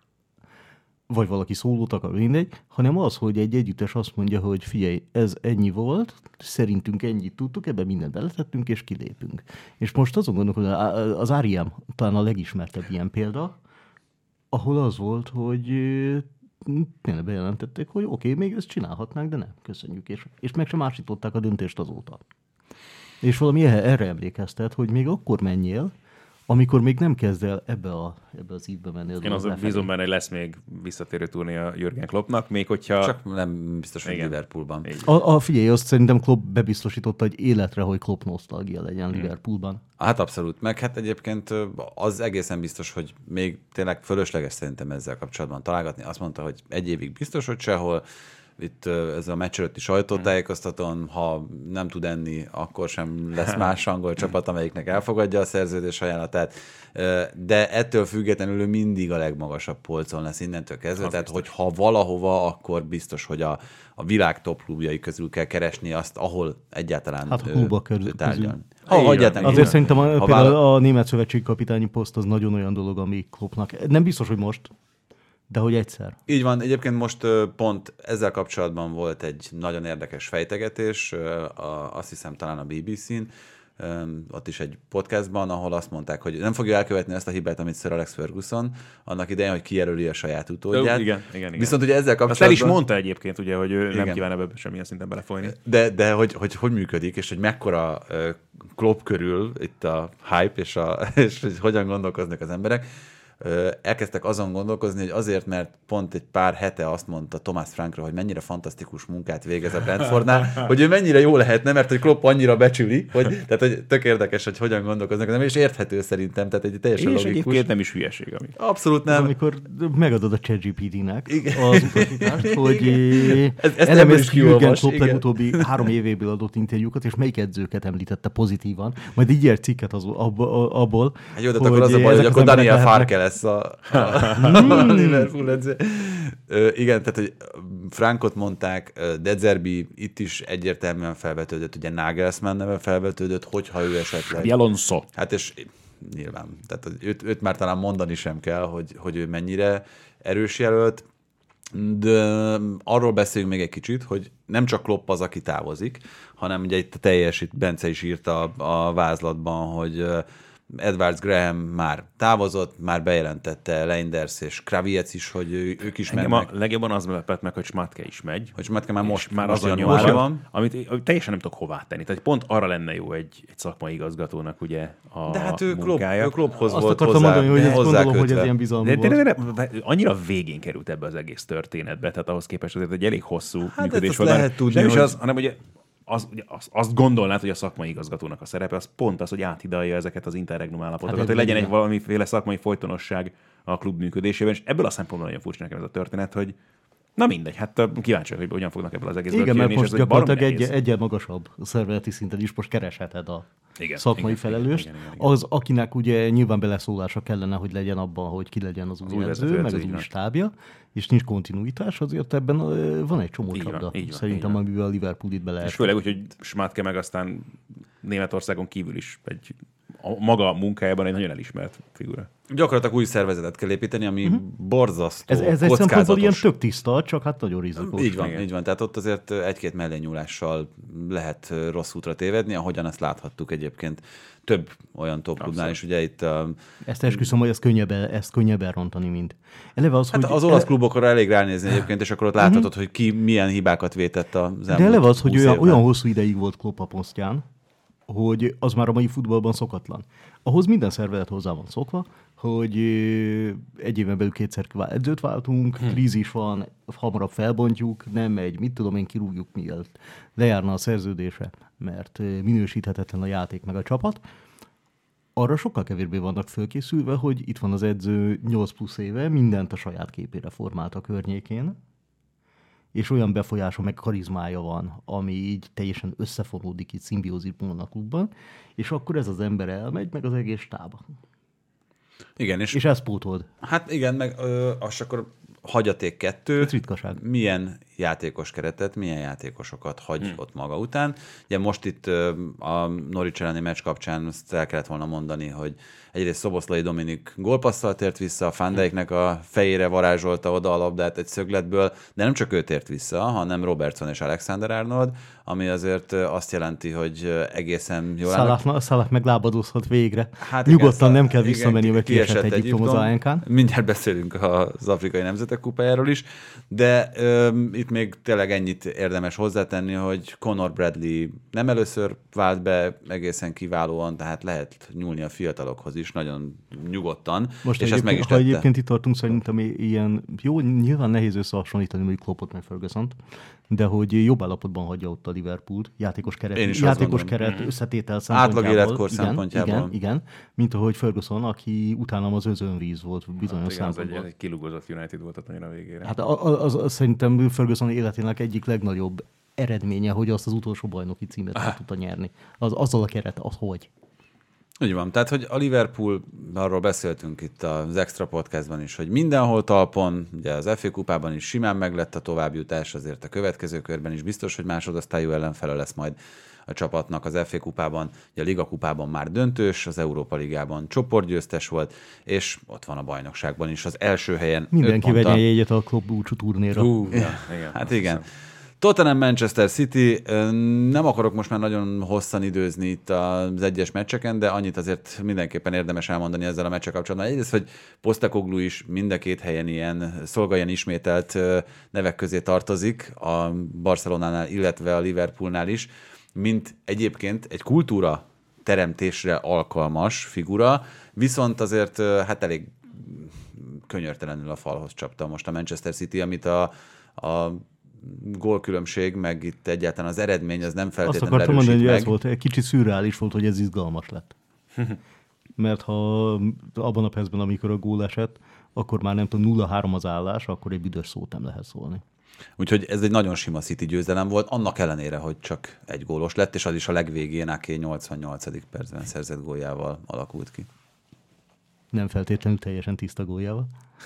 vagy valaki szólót akar, mindegy, hanem az, hogy egy együttes azt mondja, hogy figyelj, ez ennyi volt, szerintünk ennyit tudtuk, ebben mindent beletettünk, és kilépünk. És most azon gondolkodom, az er i em talán a legismertebb ilyen példa, ahol az volt, hogy ö, tényleg bejelentették, hogy oké, okay, még ezt csinálhatnánk, de nem, köszönjük, és, és meg sem másították a döntést azóta. És valami erre emlékeztet, hogy még akkor menjél, amikor még nem kezd el ebbe, a, ebbe az ívbe menni. Én azon bízom benne, hogy lesz még visszatérő turné a Jürgen Kloppnak, még hogyha... Csak nem biztos, hogy Igen. Liverpoolban. Így. A, a figyelj, azt szerintem Klopp bebiztosította egy életre, hogy Klopp nosztalgia legyen hmm. Liverpoolban. Hát abszolút. Meg hát egyébként az egészen biztos, hogy még tényleg fölösleges szerintem ezzel kapcsolatban találgatni. Azt mondta, hogy egy évig biztos, hogy sehol. Itt ez a meccs előtti sajtótájékoztatón, ha nem tud enni, akkor sem lesz más angol csapat, amelyiknek elfogadja a szerződés ajánlatát. De ettől függetlenül ő mindig a legmagasabb polcon lesz innentől kezdve. Az Tehát, biztos. hogy ha valahova, akkor biztos, hogy a, a világ top klubjai közül kell keresni azt, ahol egyáltalán Hát a klubok közül. tárgyalni. Ha, Ha, egyáltalán, Azért szerintem a, például vála... a német szövetségkapitányi poszt az nagyon olyan dolog, ami Kloppnak. Nem biztos, hogy most, de hogy egyszer. Így van, egyébként most pont ezzel kapcsolatban volt egy nagyon érdekes fejtegetés, azt hiszem talán a bé bé cén, ott is egy podcastban, ahol azt mondták, hogy nem fogja elkövetni ezt a hibát, amit Sir Alex Ferguson annak idején, hogy kijelöli a saját utódját. Ö, igen, igen, igen. Viszont ugye ezzel kapcsolatban... Azt el is mondta egyébként, ugye, hogy ő Igen. nem kíván ebbe semmilyen szinten belefolyni. De, de hogy, hogy hogy működik, és hogy mekkora uh, Klopp körül itt a hype, és, a, és hogy hogyan gondolkoznak az emberek, uh, elkezdtek azon gondolkozni, hogy azért, mert pont egy pár hete azt mondta Thomas Frankra, hogy mennyire fantasztikus munkát végez a Brentfordnál, hogy ő mennyire jó lehetne, mert hogy Klopp annyira becsüli, hogy, tehát hogy tök érdekes, hogy hogyan gondolkoznak, nem, és érthető szerintem, tehát egy teljesen És logikus. egyébként nem is hülyeség, ami. Abszolút Nem. nem. Amikor megadod a ChatGPT-nek Igen. az utasítást, hogy Ez- ezt ebből is elemezd ki Jürgen kiolvas, Klopp igen. legutóbbi három évéből adott interjúkat, és melyik edzőket említette pozitívan, majd így ír cikket az, abból, abból Hát jó, de akkor az a baj, hogy ezek akkor az emberek Daniel lehetnek- Farke lesz a, a, a Liverpool edző. Ö, igen, tehát, hogy Frankot mondták, De Zerbi itt is egyértelműen felvetődött, ugye Nagelsmann neve felvetődött, hogyha ő esetleg... Alonso. Hát és nyilván, tehát őt, őt már talán mondani sem kell, hogy, hogy ő mennyire erős jelölt, de arról beszéljünk még egy kicsit, hogy nem csak Klopp az, aki távozik, hanem ugye itt a teljes, itt Bence is írta a, a vázlatban, hogy Edwards Graham már távozott, már bejelentette Reinders és Kraviec is, hogy ő, ők is Engem mennek. a legjobban az lepett meg, hogy Schmatke is megy. Hogy Schmatke már most, már most az a januárban nyolc, van. amit, amit teljesen nem tudok hová tenni. Tehát pont arra lenne jó egy, egy szakmai igazgatónak ugye a De hát ő, klub, munkája. ő klubhoz Azt volt akartam hozzá, mondani, hogy ezt hozzá gondolom, hogy ez kötve. ilyen bizalmi De, de, volt. de, de, de, annyira végén került ebbe az egész történetbe, tehát ahhoz képest azért egy elég hosszú Hát működés ezt volt. lehet tudni, nem is hogy- az, hanem ugye az, ugye az, azt gondolnád, hogy a szakmai igazgatónak a szerepe az pont az, hogy áthidalja ezeket az interregnum állapotokat, Hát hogy legyen igen. egy valamiféle szakmai folytonosság a klub működésében, és ebből a szempontból nagyon furcsa nekem ez a történet, hogy na mindegy, hát kíváncsi vagyok, hogy hogyan fognak ebből az egészből Igen, mert kijönni, most és ez egy baromi gyakorlatilag egy, nehéz. egyel magasabb szervezeti szinten is most keresheted a Igen, szakmai igen, felelőst. igen, igen, igen. Az, akinek ugye nyilván beleszólása kellene, hogy legyen abban, hogy ki legyen az új új edző, vezető meg edző, az így új van. stábja, és nincs kontinuitás, azért ebben ö, van egy csomó Így van, csapda. így van, Szerintem, így van. amivel a Liverpool itt be lehet. És főleg úgy, hogy Schmatke meg aztán Németországon kívül is egy a maga munkájában egy nagyon elismert figura. Gyakorlatilag új szervezetet kell építeni, ami uh-huh. borzasztó, Ez, ez egy szempontból kockázatos. ilyen tök tiszta, csak hát nagyon rizikós. Így van, Igen. így van. Tehát ott azért egy-két mellényúlással lehet rossz útra tévedni, ahogyan ezt láthattuk egyébként több olyan top klubnál is. Ugye itt a, Ezt esküszöm, hogy ezt könnyebb, el- ezt könnyebb elrontani, mint. Eleve az, hát hogy az olasz klubokra elég ránézni egyébként, és akkor ott láthatod, hogy ki milyen hibákat vétett az elmúlt De eleve az, hogy húsz olyan, évben. olyan hosszú ideig volt Klopp a posztján, hogy az már a mai futballban szokatlan. Ahhoz minden szervezet hozzá van szokva, hogy ö, egy éven belül kétszer kvá- edzőt váltunk, hm. krízis van, hamarabb felbontjuk, nem egy, mit tudom én, kirúgjuk, mielőtt lejárna a szerződése, mert ö, minősíthetetlen a játék meg a csapat. Arra sokkal kevésbé vannak fölkészülve, hogy itt van az edző nyolc plusz éve, mindent a saját képére formált a környékén, és olyan befolyása meg karizmája van, ami így teljesen összefonódik itt szimbiózisban a klubban, és akkor ez az ember elmegy, meg az egész stáb. Igen, és, És ezt pótold. hát igen, meg ö, az akkor hagyaték kettő. Ez ritkaság. Milyen játékos keretet, milyen játékosokat hagy hmm. ott maga után. Ugye most itt ö, a Norwich elleni meccs kapcsán azt el kellett volna mondani, hogy egyrészt Szoboszlai Dominik gólpasszal tért vissza, a Van Dijknek a fejére varázsolta oda a labdát egy szögletből, de nem csak ő tért vissza, hanem Robertson és Alexander Arnold, ami azért ö, azt jelenti, hogy ö, egészen jól állnak. Salah, Salah meg lábadozhat végre. Hát Hát igen, nyugodtan Szal- nem kell igen, visszamenni, mert kiesett kiesett Egyiptom az á en kán. Mindjárt beszélünk az Afrikai Nemzetek Kupájáról is, de öm, itt még tényleg ennyit érdemes hozzátenni, hogy Conor Bradley nem először vált be egészen kiválóan, tehát lehet nyúlni a fiatalokhoz is nagyon nyugodtan, Most és ezt meg is ha tette. egyébként itt tartunk, szerintem ilyen, jó, nyilván nehéz összehasonlítani, hogy Kloppot meg Ferguson-t, de hogy jobb állapotban hagyja ott a Liverpoolt, játékos keret, Én is azt játékos gondolom. keret Mhm. összetétel Átlag szempontjából. életkor igen, szempontjából. Igen, igen, mint ahogy Ferguson, aki utána az özönvíz volt bizonyos Igen, az egy, szempontból. ez egy kilugózott United volt ott nagyon a végére. Hát a- a- az, az, szerintem Ferguson életének egyik legnagyobb eredménye, hogy azt az utolsó bajnoki címet meg tudta nyerni. Az, azzal a keret, az hogy? Úgy van, tehát hogy a Liverpool, arról beszéltünk itt az Extra Podcastban is, hogy mindenhol talpon, ugye az ef á kupában is simán meglett a továbbjutás, azért a következő körben is biztos, hogy másodosztályú ellenfele lesz majd a csapatnak az ef á kupában, ugye a Liga kupában már döntős, az Európa ligában csoportgyőztes volt, és ott van a bajnokságban is az első helyen. Mindenki öt ponttal. vegyen jegyet a klub búcsú turnéra. Hú, Ja, igen, hát azt igen. hiszem. Tottenham Manchester City, nem akarok most már nagyon hosszan időzni itt az egyes meccseken, de annyit azért mindenképpen érdemes elmondani ezzel a meccsel kapcsolatban. Egyrészt, hogy Postecoglou is mind a két helyen ilyen szolgáljan ismételt nevek közé tartozik, a Barcelonánál, illetve a Liverpoolnál is, mint egyébként egy kultúra teremtésre alkalmas figura, viszont azért hát elég könyörtelenül a falhoz csapta most a Manchester City, amit a, a gólkülönbség, meg itt egyáltalán az eredmény, az nem Azt feltétlenül akartam mondani, hogy erősít ez meg. volt, egy kicsit szürreális volt, hogy ez izgalmas lett. Mert ha abban a percben, amikor a gól esett, akkor már nem tudom, nulla három az állás, akkor egy büdös szót nem lehet szólni. Úgyhogy ez egy nagyon sima City győzelem volt, annak ellenére, hogy csak egy gólos lett, és az is a legvégén Ake nyolcvannyolcadik percben szerzett góljával alakult ki. Nem feltétlenül teljesen tiszta góljával.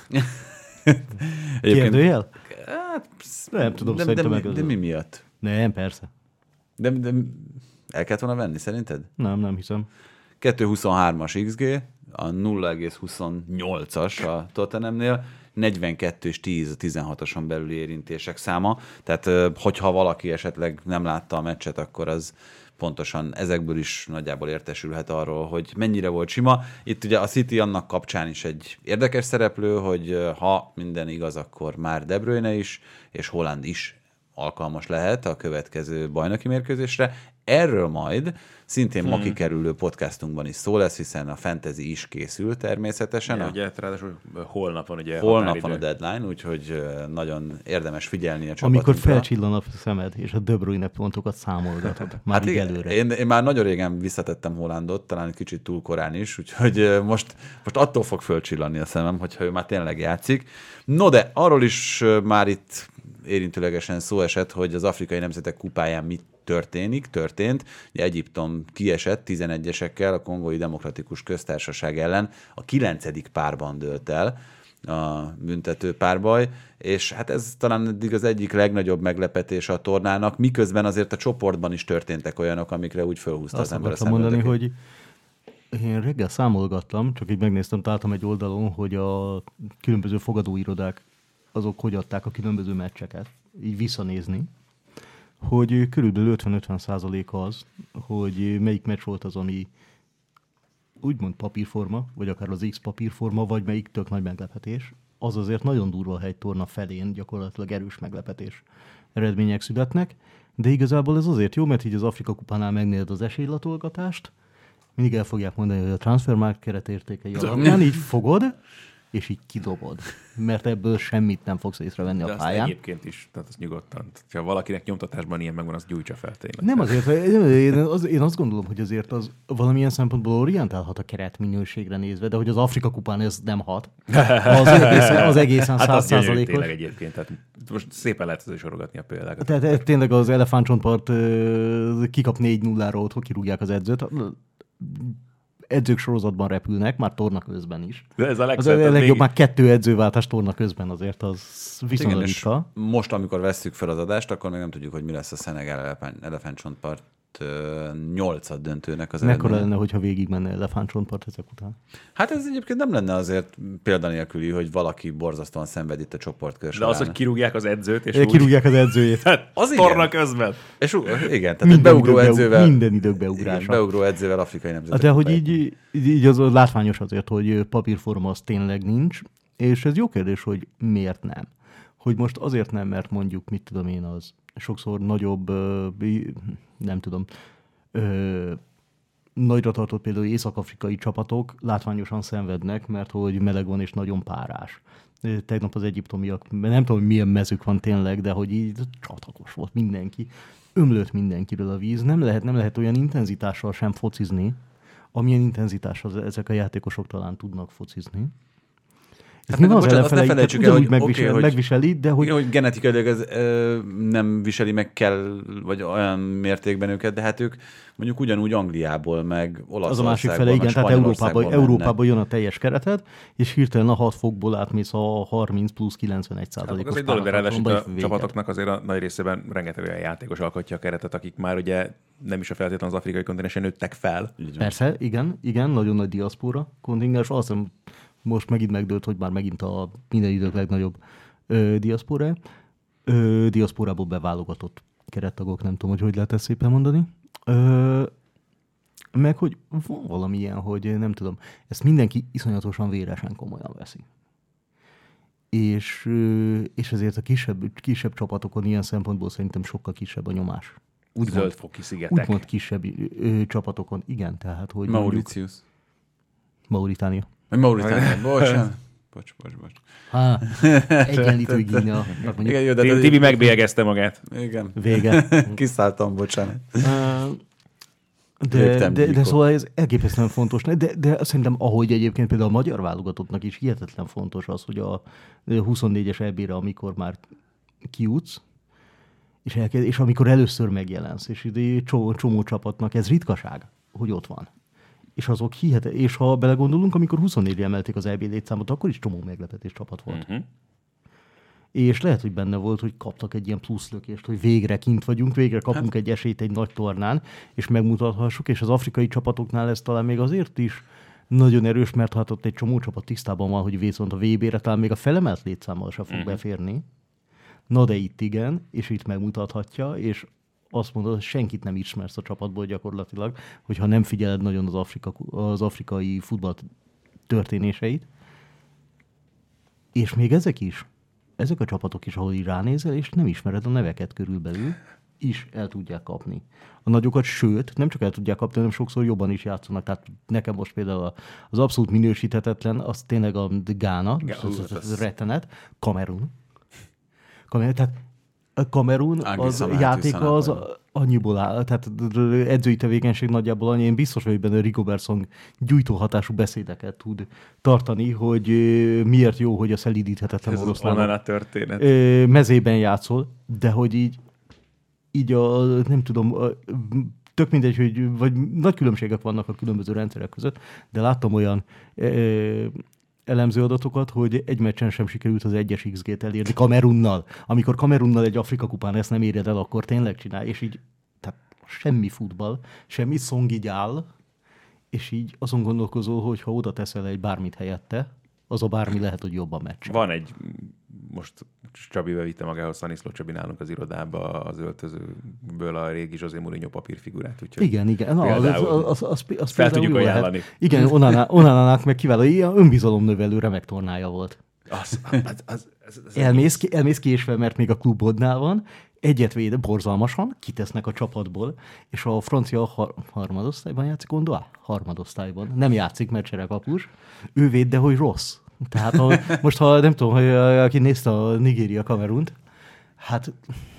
Egyébként, Kérdőjel? hát, Nem tudom, de, de, szerintem de, meg az- de mi miatt? Nem, persze. De, de el kellett volna venni, szerinted? Nem, nem hiszem. kettő huszonhármas iksz gé, a nulla egész huszonnyolcas a Tottenhamnél, negyvenkettő és tíz tizenhatoson belüli érintések száma, tehát hogyha valaki esetleg nem látta a meccset, akkor az pontosan ezekből is nagyjából értesülhet arról, hogy mennyire volt sima. Itt ugye a City annak kapcsán is egy érdekes szereplő, hogy ha minden igaz, akkor már De Bruyne is, és Haaland is alkalmas lehet a következő bajnoki mérkőzésre. Erről majd szintén hmm. ma kikerülő podcastunkban is szó lesz, hiszen a fantasy is készül természetesen. Ja, a... ugye, ráadásul holnap van ugye Holnap van a deadline, úgyhogy nagyon érdemes figyelni a csapatunkra. Amikor felcsillan a szemed, és a De Bruyne pontokat számolgatod, már hát igen, előre. Én, én már nagyon régen visszatettem Haalandot, talán kicsit túl korán is, úgyhogy most, most attól fog fölcsillanni a szemem, hogyha ő már tényleg játszik. No de arról is már itt érintőlegesen szó esett, hogy az Afrikai Nemzetek Kupáján mit történik, történt. Ugye Egyiptom kiesett tizenegyesekkel a Kongói Demokratikus Köztársaság ellen, a kilencedik párban dőlt el a büntető párbaj, és hát ez talán eddig az egyik legnagyobb meglepetés a tornának, miközben azért a csoportban is történtek olyanok, amikre úgy fölhúzta azt az ember a szemöldöket. Mondani, hogy én reggel számolgattam, csak így megnéztem, találtam egy oldalon, hogy a különböző fogadóirodák azok hogy adták a különböző meccseket, így visszanézni, hogy körülbelül ötven-ötven százalék az, hogy melyik meccs volt az, ami úgymond papírforma, vagy akár az X papírforma, vagy melyik tök nagy meglepetés. Az azért nagyon durva, ha egy torna felén gyakorlatilag erős meglepetés eredmények születnek, de igazából ez azért jó, mert így az Afrika kupánál megnézed az esélylatolgatást, mindig el fogják mondani, hogy a transfermarkt keretértékei alapján így fogod, és így kidobod. Mert ebből semmit nem fogsz észrevenni de a pályán. De egyébként is, tehát az nyugodtan. Ha valakinek nyomtatásban ilyen megvan, az gyújtsa fel tényleg. Nem azért, én, az, én azt gondolom, hogy azért az valamilyen szempontból orientálhat a keretminőségre nézve, de hogy az Afrika kupán ez nem hat. Az egészen, az egészen hát száz százalékos. Tényleg egyébként, tehát most szépen lehet azért sorogatni a példákat. Tehát tényleg az elefántcsontpart kikap négy nulláról, otthon kirúgják az edzőt. Edzők sorozatban repülnek, már torna közben is. De ez a az a legjobb, még... már kettő edzőváltás torna közben azért, az viszonylag ritka. Most, amikor vesszük fel az adást, akkor még nem tudjuk, hogy mi lesz a Szenegál elefántcsontpart nyolcad döntőnek az eredménye. Mekkora lenne, hogyha végig menne elefántcsontpart ezek után? Hát ez egyébként nem lenne azért példanélküli, hogy valaki borzasztóan szenved itt a csoportkör során. De az, hogy kirúgják az edzőt, és úgy... Kirúgják az edzőjét. Hát, az torna közben. És igen, tehát beugró edzővel. Minden idők beugrása. Beugró edzővel Afrikai Nemzetek. De hogy így, így az látványos azért, hogy papírforma az tényleg nincs, és ez jó kérdés, hogy miért nem. Hogy most azért nem, mert mondjuk, mit tudom én, az sokszor nagyobb, nem tudom, nagyra tartott például észak-afrikai csapatok látványosan szenvednek, mert hogy meleg van és nagyon párás. Tegnap az egyiptomiak, nem tudom, hogy milyen mezük van tényleg, de hogy így csatagos volt mindenki. Ömlött mindenkiről a víz. Nem lehet, nem lehet olyan intenzitással sem focizni, amilyen intenzitással ezek a játékosok talán tudnak focizni. Hát meg, bocsánat, azt ne felejtsük el, hogy, megvisel, okay, megviseli, de hogy... hogy genetikailag ez ö, nem viseli meg kell, vagy olyan mértékben őket, de hát ők mondjuk ugyanúgy Angliából, meg Olaszországból, az a másik fele, igen, tehát Európában, Európában jön a teljes kereted, és hirtelen a hat fokból átmész a harminc plusz kilencvenegy százalékos. Az egy dolog, de ráadásul a csapatoknak azért a nagy részében rengeteg olyan játékos alkotja a keretet, akik már ugye nem is a feltétlenül az afrikai kontinensen nőttek fel. Persze, igen, igen, nagyon nagy diaszpóra kontingens, azt hiszem, most megint megdőlt, hogy már megint a minden idők legnagyobb ö, diaszpóra. Ö, diaszpórából beválogatott kerettagok, nem tudom, hogy hogy lehet ezt szépen mondani. Ö, meg, hogy van valami ilyen, hogy nem tudom, ezt mindenki iszonyatosan véresen komolyan veszi. És, ö, és ezért a kisebb, kisebb csapatokon ilyen szempontból szerintem sokkal kisebb a nyomás. Zöldfoki szigetek. Úgymond kisebb ö, csapatokon, igen, tehát, hogy Mauritius. Mauritánia. Mauritánia, bocsánat. Bocs, bocs, bocs. Há, egyenlítő Gína. Tibi megbélyegezte magát. Igen. Vége. Kiszálltam, bocsánat. De, de, de szóval ez elképesztően fontos. De, de szerintem, ahogy egyébként például a magyar válogatottnak is hihetetlen fontos az, hogy a huszonnégyes é bé-re, amikor már kijutsz, és, elkezd, és amikor először megjelensz, és ide csomó, csomó csapatnak ez ritkaság, hogy ott van. És azok hihetet, és ha belegondolunk, amikor huszonnégyre emelték az é bé létszámot, akkor is csomó meglepetés csapat volt. Uh-huh. És lehet, hogy benne volt, hogy kaptak egy ilyen pluszlökést, hogy végre kint vagyunk, végre kapunk hát. egy esélyt egy nagy tornán, és megmutathassuk, és az afrikai csapatoknál ez talán még azért is nagyon erős, mert hát ott egy csomó csapat tisztában van, hogy viszont a vé bé-re talán még a felemelt létszámmal sem fog uh-huh. beférni. Na de itt igen, és itt megmutathatja, és azt mondod, hogy senkit nem ismersz a csapatból gyakorlatilag, hogyha nem figyeled nagyon az, Afrika, az afrikai futball történéseit. És még ezek is, ezek a csapatok is, ahol így ránézel, és nem ismered a neveket körülbelül, is el tudják kapni. A nagyokat, sőt, nem csak el tudják kapni, hanem sokszor jobban is játszanak. Tehát nekem most például az abszolút minősíthetetlen, az tényleg a Gána, az, az rettenet, Kamerun. Kamerun, tehát a Kamerun az játéka az annyiból áll, tehát edzői tevékenység nagyjából annyi. Én biztos vagyok benne, hogy Rigobert Song gyújtóhatású beszédeket tud tartani, hogy miért jó, hogy a szelídíthetetlen oroszlánok mezében játszol, de hogy így így a, nem tudom, a, tök mindegy, hogy vagy nagy különbségek vannak a különböző rendszerek között, de láttam olyan e, elemző adatokat, hogy egy meccsen sem sikerült az egyes iksz gét elérni Kamerunnal. Amikor Kamerunnal egy Afrika kupán ezt nem éred el, akkor tényleg csinál, és így, tehát semmi futball, semmi Song így áll, és így azon gondolkozol, hogy ha oda teszel egy bármit helyette, az a bármi lehet, hogy jobban meccs. Van egy, most Csabi bevitte magához, Szaniszló Csabi nálunk az irodába az öltözőből a régi José Mourinho papírfigurát. Úgyhogy igen, igen. Na, az, az, az, az fel tudjuk ajánlani. Lehet. Igen, Onanának meg kiváló, ilyen önbizalomnövelő remek tornája volt. Az, az, az, az, az, az elmész, ki, elmész késve, mert még a klubodnál van, egyet véd borzalmasan, kitesznek a csapatból, és a francia har- harmadosztályban játszik, Gondoá? Harmadosztályban. Nem játszik, mert cserekapus. Ő véd, de hogy rossz. Tehát ha, most, ha nem tudom, hogy aki nézte a Nigéria Kamerunt, hát,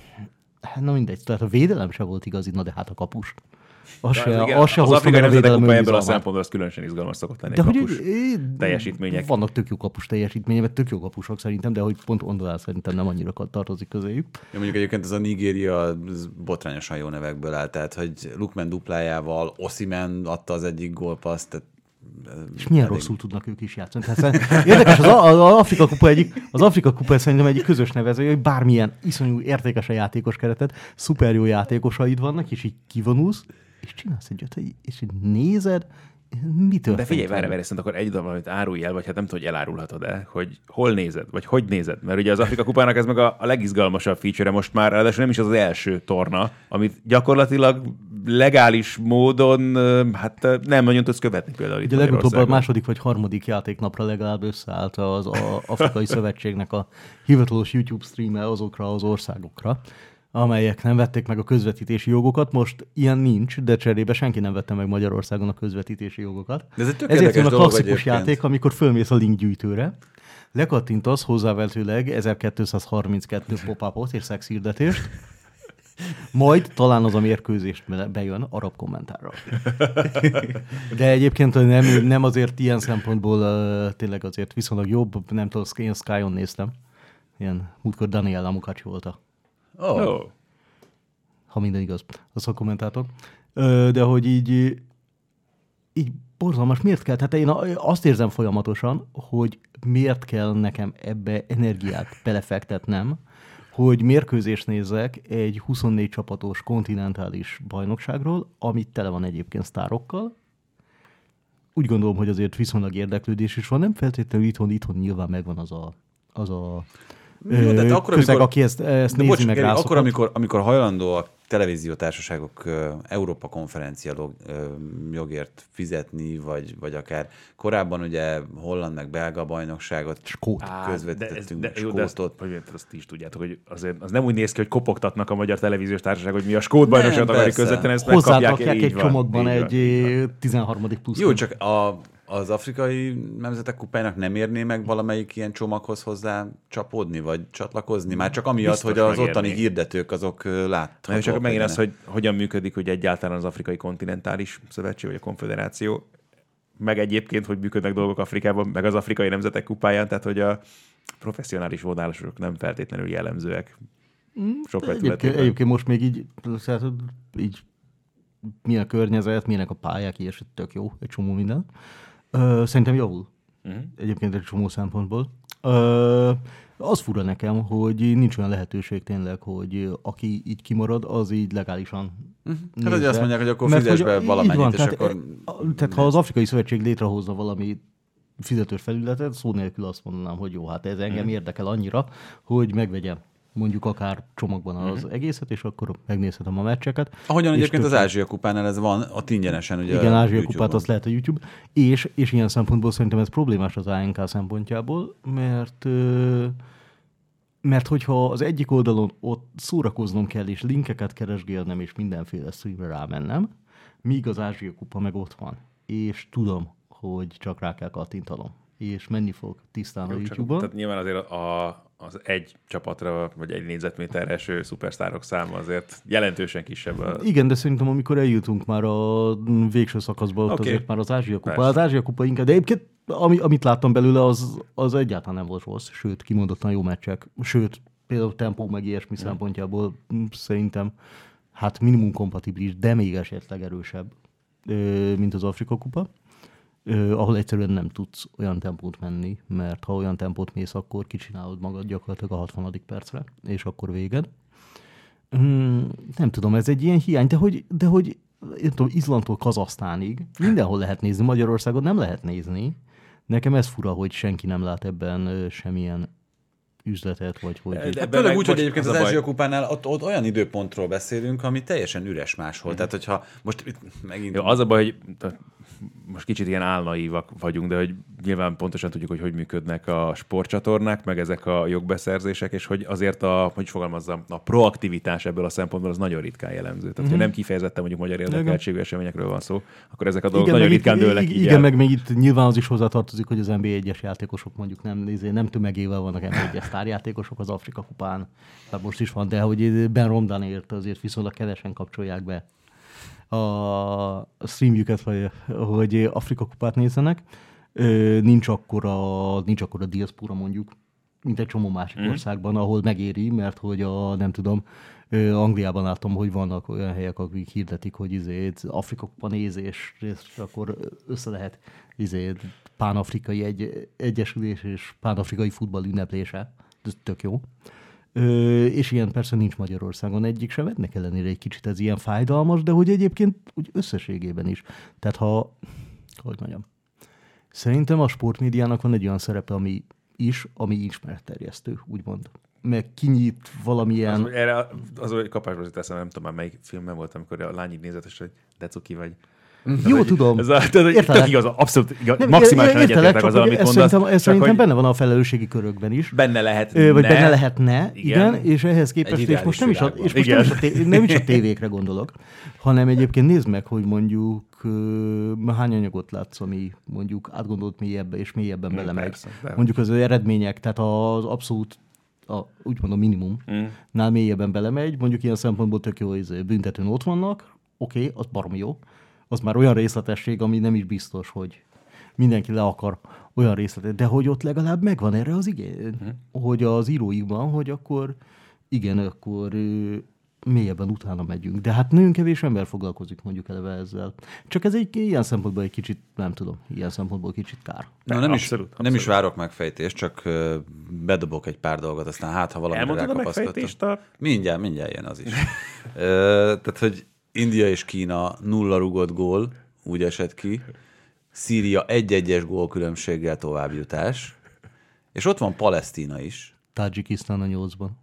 hát na mindegy, tehát a védelem se volt igazi, na de hát a kapus. Az se, igen, az se az afrikai nemzetek ebből a szempontból az különösen izgalmas szokott lenni. De hogy kapus teljesítmények. Vannak tök jó kapus teljesítmények, mert tök jó kapusok szerintem, de hogy pont Ondolál szerintem nem annyira tartozik közéjük. Ja, mondjuk egyébként ez a Nigéria botrányosan jó nevekből áll, tehát hogy Lukman duplájával, Osimhen adta az egyik gólpaszt, tehát és milyen elég rosszul tudnak ők is játszani. Tehát érdekes, az, az, Afrika kupa egyik, az Afrika kupa szerintem egyik közös nevező, hogy bármilyen iszonyú értékes a játékos keretet, szuper jó játékosaid vannak, és így kivonulsz, és csinálsz egyet, és így nézed, mi történt? De figyelj, várj, várj, akkor egy dolog, amit árulj el, vagy hát nem tudom, hogy elárulhatod-e, hogy hol nézed, vagy hogy nézed. Mert ugye az Afrika kupának ez meg a, a legizgalmasabb feature most már, ráadásul nem is az az első torna, amit gyakorlatilag legális módon hát nem nagyon tudsz követni például itt. Ugye legutóbb a második vagy harmadik játéknapra legalább összeállt az a Afrikai Szövetségnek a hivatalos YouTube streame azokra az országokra, amelyek nem vették meg a közvetítési jogokat. Most ilyen nincs, de cserébe senki nem vette meg Magyarországon a közvetítési jogokat. De ez egy tök Ezért jön a klasszikus egyébként. játék, amikor fölmész a linkgyűjtőre, lekattintasz hozzávetőleg ezerkétszázharminckettő pop-upot és szexhirdetést, majd talán az a mérkőzést bejön arab kommentárral. De egyébként nem, nem azért ilyen szempontból uh, tényleg azért viszonylag jobb, nem tudom, én Sky-on néztem. Ilyen múltkor Daniel Amokacs volt a Oh. Oh. ha minden igaz, az a kommentátor. De hogy így, így borzalmas, miért kell? Tehát én azt érzem folyamatosan, hogy miért kell nekem ebbe energiát belefektetnem, hogy mérkőzést nézzek egy huszonnégy csapatos kontinentális bajnokságról, amit tele van egyébként sztárokkal. Úgy gondolom, hogy azért viszonylag érdeklődés is van, nem feltétlenül itthon, itthon nyilván megvan az a, az a Jó, de akkor, közeg, amikor, aki ezt, ezt nézi, bocs, meg rászokott. Akkor, amikor, amikor hajlandó a televíziótársaságok uh, Európa konferencia log, uh, jogért fizetni, vagy, vagy akár korábban ugye holland meg belga bajnokságot Skót. közvetítettünk, de, ez, de, jó, Skótot. De azt, hogy azt is tudjátok, hogy azért az nem úgy néz ki, hogy kopogtatnak a magyar televíziós társaság, hogy mi a Skót bajnokságot akarjuk közvetíteni, ezt megkapják. Hozzáadják egy van, csomagban egy tizenharmadik plusz. Jó, csak a az afrikai nemzetek kupájának nem érné meg valamelyik ilyen csomaghoz hozzá csapódni, vagy csatlakozni? Már csak amiatt, biztos hogy az megérni. Ottani hirdetők azok láthatók. Csak megint az, hogy hogyan működik hogy egyáltalán az Afrikai Kontinentális Szövetség, vagy a Konfederáció, meg egyébként, hogy működnek dolgok Afrikában, meg az Afrikai Nemzetek Kupáján, tehát hogy a professzionális vonálasok nem feltétlenül jellemzőek. Sok egyébként, egyébként most még így, így milyen a környezet, milyenek a pályák, és tök jó, egy csomó minden. Ö, szerintem javul. Uh-huh. Egyébként egy csomó szempontból. Ö, az fura nekem, hogy nincs olyan lehetőség tényleg, hogy aki így kimarad, az így legálisan Hát, hogy azt mondják, hogy akkor Mert fizes be hogy- így valamennyit, van, és tehát, akkor... e- Tehát ha az Afrikai Szövetség létrehozna valami fizetős felületet, szó nélkül azt mondanám, hogy jó, hát ez engem Mhm. érdekel annyira, hogy megvegyem mondjuk akár csomagban az Mhm. egészet, és akkor megnézhetem a meccseket. Ahogyan És egyébként az tök- Ázsia kupánál ez van, ott ingyenesen ugye Igen, Ázsia YouTube-on. kupát azt lehet a YouTube, és, és ilyen szempontból szerintem ez problémás az á en ká szempontjából, mert ö, mert hogyha az egyik oldalon ott szórakoznom kell, és linkeket keresgélnem, és mindenféle streamre rámennem, míg az Ázsia kupa meg ott van, és tudom, hogy csak rá kell kattintanom, és menni fog tisztán a Jó, csak- YouTube-on. Tehát nyilván azért a, az egy csapatra, vagy egy négyzetméterre eső szupersztárok száma azért jelentősen kisebb. A... Igen, de szerintem amikor eljutunk már a végső szakaszba, ott Oké. azért már az Ázsia kupa. Persze. Az Ázsia kupa inkább, de egyébként ami, amit láttam belőle, az, az egyáltalán nem volt rossz, sőt, kimondottan jó meccsek, sőt, például tempó meg ilyesmi Hmm. szempontjából mm, szerintem hát minimum kompatibilis, de még esetleg erősebb, ö, mint az Afrika kupa, ö, ahol egyszerűen nem tudsz olyan tempót menni, mert ha olyan tempót mész, akkor kicsinálod magad gyakorlatilag a hatvanadik percre, és akkor véged. Hmm, nem tudom, ez egy ilyen hiány, de hogy, de hogy én tudom, Izlandtól Kazahsztánig mindenhol lehet nézni, Magyarországon nem lehet nézni. Nekem ez fura, hogy senki nem lát ebben ö, semmilyen üzletet, vagy hogy... De- Hát Ebben főleg meg- úgy, hogy bocs, egyébként az az a baj. Ázsia kupánál ott, ott olyan időpontról beszélünk, ami teljesen üres máshol. Mhm. Tehát, hogyha most itt megint... Jó, az a baj, hogy tehát most kicsit ilyen álnaívak vagyunk, de hogy nyilván pontosan tudjuk, hogy hogy működnek a sportcsatornák, meg ezek a jogbeszerzések, és hogy azért a, hogy fogalmazzam, a proaktivitás ebből a szempontból az nagyon ritkán jellemző. Tehát, mm-hmm. ha nem kifejezetten mondjuk magyar érdekeltségű eseményekről van szó, akkor ezek a dolgok nagyon meg ritkán itt, dőlnek igen, így igen, el. meg még itt nyilván az is hozzátartozik, hogy az en bé egyes játékosok mondjuk nem, nézé, nem tömegével vannak en bé egyes sztárjátékosok az Afrika kupán, tehát most is van, de hogy Ben Romdanért azért viszonylag kevesen kapcsolják be a streamjüket, vagy, hogy Afrika kupát nézzenek. Ö, Nincs akkora, nincs akkora diaszpora mondjuk, mint egy csomó másik mm. országban, ahol megéri, mert hogy a, nem tudom, ö, Angliában láttam, hogy vannak olyan helyek, akik hirdetik, hogy izé, Afrika kupa nézés, és akkor össze lehet izé, pánafrikai egy, egyesülés és pánafrikai futball ünneplése. Ez tök jó. Ö, és ilyen persze nincs Magyarországon egyik sem, ennek ellenére egy kicsit ez ilyen fájdalmas, de hogy egyébként úgy összességében is. Tehát ha, hogy mondjam, szerintem a sportmédiának van egy olyan szerepe, ami is, ami ismeretterjesztő, úgymond. Meg kinyit valamilyen... Az, erre az, hogy kapásból az eszembe, nem tudom már melyik filmben volt, amikor a lány így nézett, és hogy de cuki vagy. Jó, tudom. Ez a, tehát, hogy tök igaz, abszolút igaz, Nem, maximálisan értelek, egyetértek csak azzal, hogy amit ez mondasz. Szerintem, ez csak szerintem hogy benne van a felelősségi körökben is. benne lehet, Ö, vagy ne. benne lehetne, igen, Igen. és ehhez képest, Egy és most nem is a, ideális és most nem is, a té- nem is a tévékre gondolok, hanem egyébként nézd meg, hogy mondjuk ö, hány anyagot látsz, ami mondjuk átgondolt mélyebben és mélyebben belemegy. persze, de- Mondjuk az eredmények, tehát az abszolút a, úgy mondom minimum, mm. nál mélyebben belemegy, mondjuk ilyen szempontból tök jó, hogy büntetőn ott vannak, oké, okay, az baromi jó, az már olyan részletesség, ami nem is biztos, hogy mindenki le akar olyan részletet, de hogy ott legalább megvan erre az igény, hmm. hogy az íróikban, hogy akkor igen, akkor ö, mélyebben utána megyünk. De hát nagyon kevés ember foglalkozik mondjuk eleve ezzel. Csak ez egy ilyen szempontból egy kicsit, nem tudom, ilyen szempontból kicsit kár. No, nem, Abszolút, is, abszolút. nem is várok megfejtést, csak ö, bedobok egy pár dolgot, aztán hát, ha valamire Elmondod a rákapaszkodtam. megfejtést a... Mindjárt, mindjárt jön az is. Ö, tehát, hogy India és Kína nulla rugott gól, úgy esett ki. Szíria egy-egyes gólkülönbséggel továbbjutás. És ott van Palesztina is. Tajikisztán a nyolcban.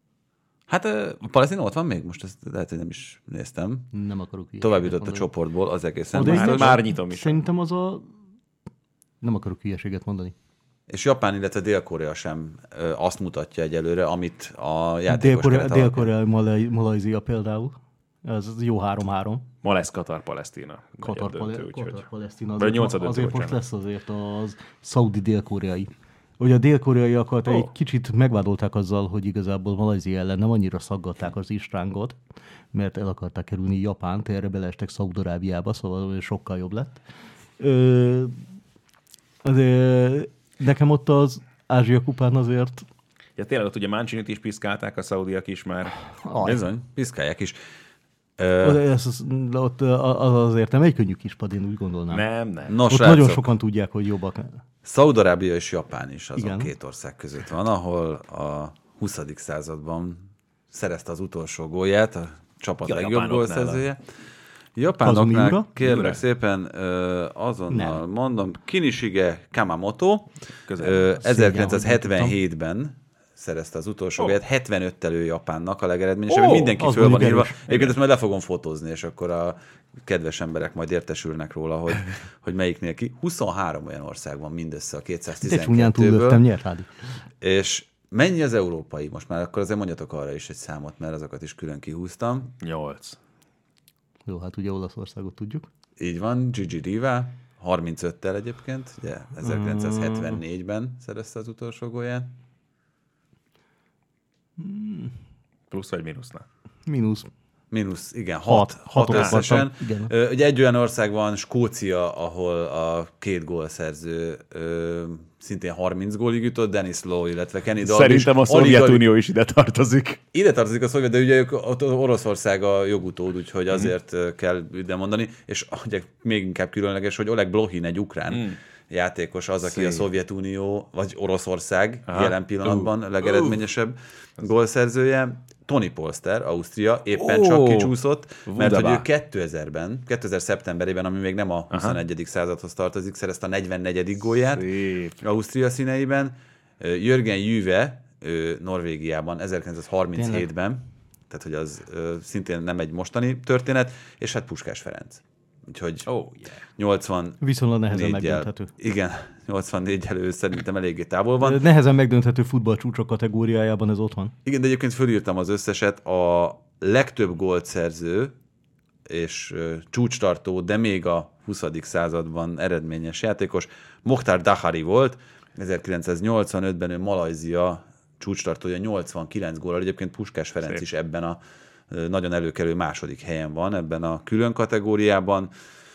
Hát ö, a Palesztina ott van még? Most ezt lehet, hogy nem is néztem. Nem akarok így. Tovább jutott a csoportból, az egészen Oda biztos. így Már nyitom is. Szerintem az a... Nem akarok hülyeséget mondani. És Japán, illetve Dél-Korea sem ö, azt mutatja egyelőre, amit a játékos Dél-Korea, keret alapján. Dél-Korea, Malaj- Malajzia például. Ez az jó három-három. Ma lesz Katar, Palesztina. Katar, Negyeddöntő, Pale- úgyhogy- Katar Palesztina. Vagy Azért, nyolcadöntő, azért most bocsánat. lesz azért az szaudi dél-koreai. Ugye a dél-koreaiakat Ó. egy kicsit megvádolták azzal, hogy igazából Malajzia ellen nem annyira szaggatták az istrángot, mert el akarták kerülni Japánt, erre beleestek Szaúd-Arábiába, szóval sokkal jobb lett. Ö, azért nekem ott az Ázsia kupán azért Ja, tényleg ott ugye Manchinit is piszkálták, a szaudiak is már. aj, Bizony, piszkálják is. az, Ö, az, az, ott az azért nem egy könnyű kispad, én úgy gondolnám. Nem, nem. nos, Ott srácok, nagyon sokan tudják, hogy jobbak. Szaúd-Arábia és Japán is azon Igen. két ország között van, ahol a huszadik században szerezte az utolsó gólját, a csapat Ja, legjobb japánoknál. gólszerzője. Kazumi Japánoknál Ura? kérlek Ura. szépen ö, azonnal Nem. mondom, Kinishige Kamamoto Közel. ö, Szégyen, ezerkilencszázhetvenhétben szerezte az utolsó Ó. gólját, hetvenöttel ő Japánnak a legeredményesebb, Ó, mindenki az föl van mondjuk írva. erős. Egyébként ezt majd le fogom fotózni, és akkor a kedves emberek majd értesülnek róla, hogy, hogy melyiknél ki. huszonhárom olyan ország van mindössze a De csúnyán túllőttem, kétszáztizenkettőből. nyert Ádi. És mennyi az európai? Most már akkor azért mondjatok arra is egy számot, mert azokat is külön kihúztam. nyolc. Jó, hát ugye Olaszországot tudjuk. Így van, Gigi Riva, harmincöttel egyébként, ugye ezerkilencszázhetvennégyben szerezte az utolsó gólját. Plusz vagy mínuszna? Mínusz. Mínusz, igen, Hat. hat, hat Hatot összesen. akartam, igen. Ö, Ugye egy olyan ország van, Skócia, ahol a két gólszerző ö, szintén harminc gólig jutott, Dennis Lowe, illetve Kenny Dalglish. Szerintem a Alig- alig- Szovjetunió is ide tartozik. Ide tartozik a szovjet, de ugye ők, ott Oroszország a jogutód, úgyhogy azért mm. kell ide mondani, és ugye még inkább különleges, hogy Oleg Blohin, egy ukrán mm. játékos az, aki Szép. a Szovjetunió, vagy Oroszország Aha. jelen pillanatban uh. legeredményesebb uh. gólszerzője. Tony Polster, Ausztria, éppen Ó, csak kicsúszott, mert hogy wunderbar. ő kétezerben, kétezer szeptemberében, ami még nem a huszonegyedik századhoz tartozik, szerezte a negyvennegyedik gólját Szép. Ausztria színeiben. Jürgen Jüve, ő Norvégiában ezerkilencszázharminchétben, tehát hogy az ö, szintén nem egy mostani történet, és hát Puskás Ferenc. Úgyhogy Oh, yeah. nyolcvan Viszonylag nehezen megdönthető. Igen, nyolcvannégyel ő szerintem eléggé távol van. Nehezen megdönthető futballcsúcsok kategóriájában ez ott van. Igen, de egyébként fölírtam az összeset, a legtöbb gólt szerző és ö, csúcstartó, de még a huszadik században eredményes játékos, Mokhtar Dahari volt, ezerkilencszáznyolcvanötben ő Malajzia csúcstartója nyolcvankilenc góllal, egyébként Puskás Ferenc Szép. is ebben a ö, nagyon előkelő második helyen van, ebben a külön kategóriában.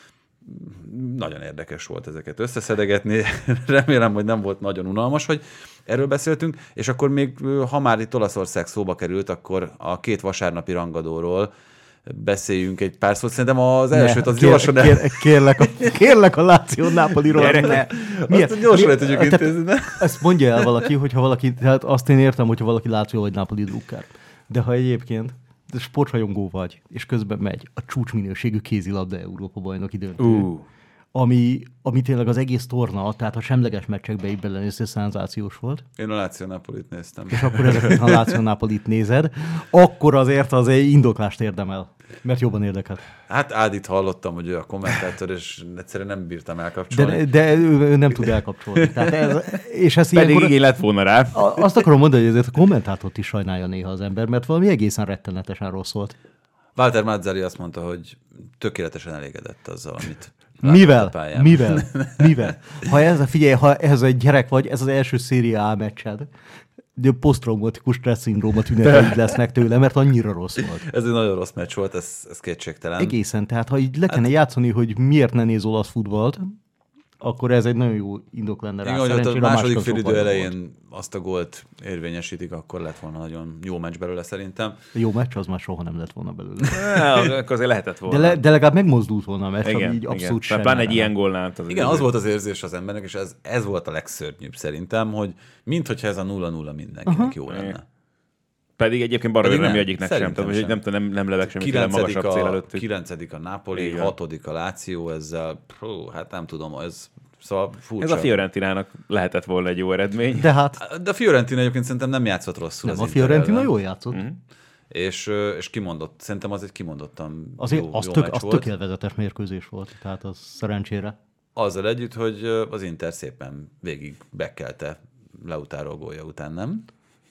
Nagyon érdekes volt ezeket összeszedegetni, remélem, hogy nem volt nagyon unalmas, hogy erről beszéltünk, és akkor még, ha már itt Olaszország szóba került, akkor a két vasárnapi rangadóról beszéljünk egy pár szót. Szerintem az elsőt az kér, gyorsan el... kér, kérlek, a, kérlek a Láció Nápoliról. Ne. Azt gyorsan el tudjuk intézni, ne? Ezt mondja el valaki, hogyha valaki, tehát azt én értem, hogyha valaki Láció vagy Nápoli drukkár. De ha egyébként sportrajongó vagy, és közben megy a csúcsminőségű kézilabda Európa bajnoki döntő, Uh. ami, ami tényleg az egész torna, tehát a semleges meccsekbe így belenézve szenzációs volt, Én a Láció Napolit néztem. és akkor ezeket a Láció Nápolit nézed, akkor azért az egy indoklást érdemel, mert jobban érdekel. Hát Ádit hallottam, hogy ő a kommentátor, és egyszerűen nem bírtam elkapcsolni. De, de ő, ő nem tud elkapcsolni. Tehát ez, és ez Pedig ilyenkor, igény lett volna rá. a- azt akarom mondani, hogy ezért a kommentátort is sajnálja néha az ember, mert valami egészen rettenetesen rossz volt. Walter Mazzari azt mondta, hogy tökéletesen elégedett azzal, amit Mivel? látott a pályán. Mivel? Mivel? Ha ez, figyelj, ha ez egy gyerek vagy, ez az első Serie A meccsed, de posztraumatikus stressz szindróma tüneteid lesznek tőle, mert annyira rossz volt. Ez egy nagyon rossz meccs volt, ez, ez kétségtelen. Egészen, tehát ha így le kellene játszani, hogy miért ne néz olasz futballt, akkor ez egy nagyon jó indok lenne rá. Igen, hogy ott a Szerencsére második másik félidő sokkal jobb elején azt a gólt érvényesítik, akkor lett volna nagyon jó meccs belőle szerintem. volt. Jó meccs, az már soha nem lett volna belőle. Ja, akkor azért lehetett volna. De, le, de legalább megmozdult volna a meccs, igen, ami így igen. abszolút Mert semmi. pláne egy ilyen gólnál. Az Igen, az volt az érzés az embernek, és ez, ez volt a legszörnyűbb szerintem, hogy minthogyha ez a nulla nulla mindenkinek uh-huh. jó lenne. Pedig egyébként baromi Pedig nem nem, egyiknek sem. szerintem Tehát, hogy sem. nem, tudom, nem, nem levek semmiféle Kilencedik magasabb cél a, előttük. kilencedik a Napoli, Igen. hatodik a Láció, ezzel, hú, hát nem tudom, ez szóval furcsa. Ez a Fiorentinának lehetett volna egy jó eredmény. De hát De a Fiorentina egyébként szerintem nem játszott rosszul. nem, az a Inter Fiorentina ellen. jól játszott. Mhm. És, ö, és kimondott, szerintem az egy kimondottan Azért jó, az, jó tök, meccs az volt. tök élvezetes mérkőzés volt, tehát az szerencsére. Azzal együtt, hogy ö, az Inter szépen végig bekkelte Lautaro gólja után, nem?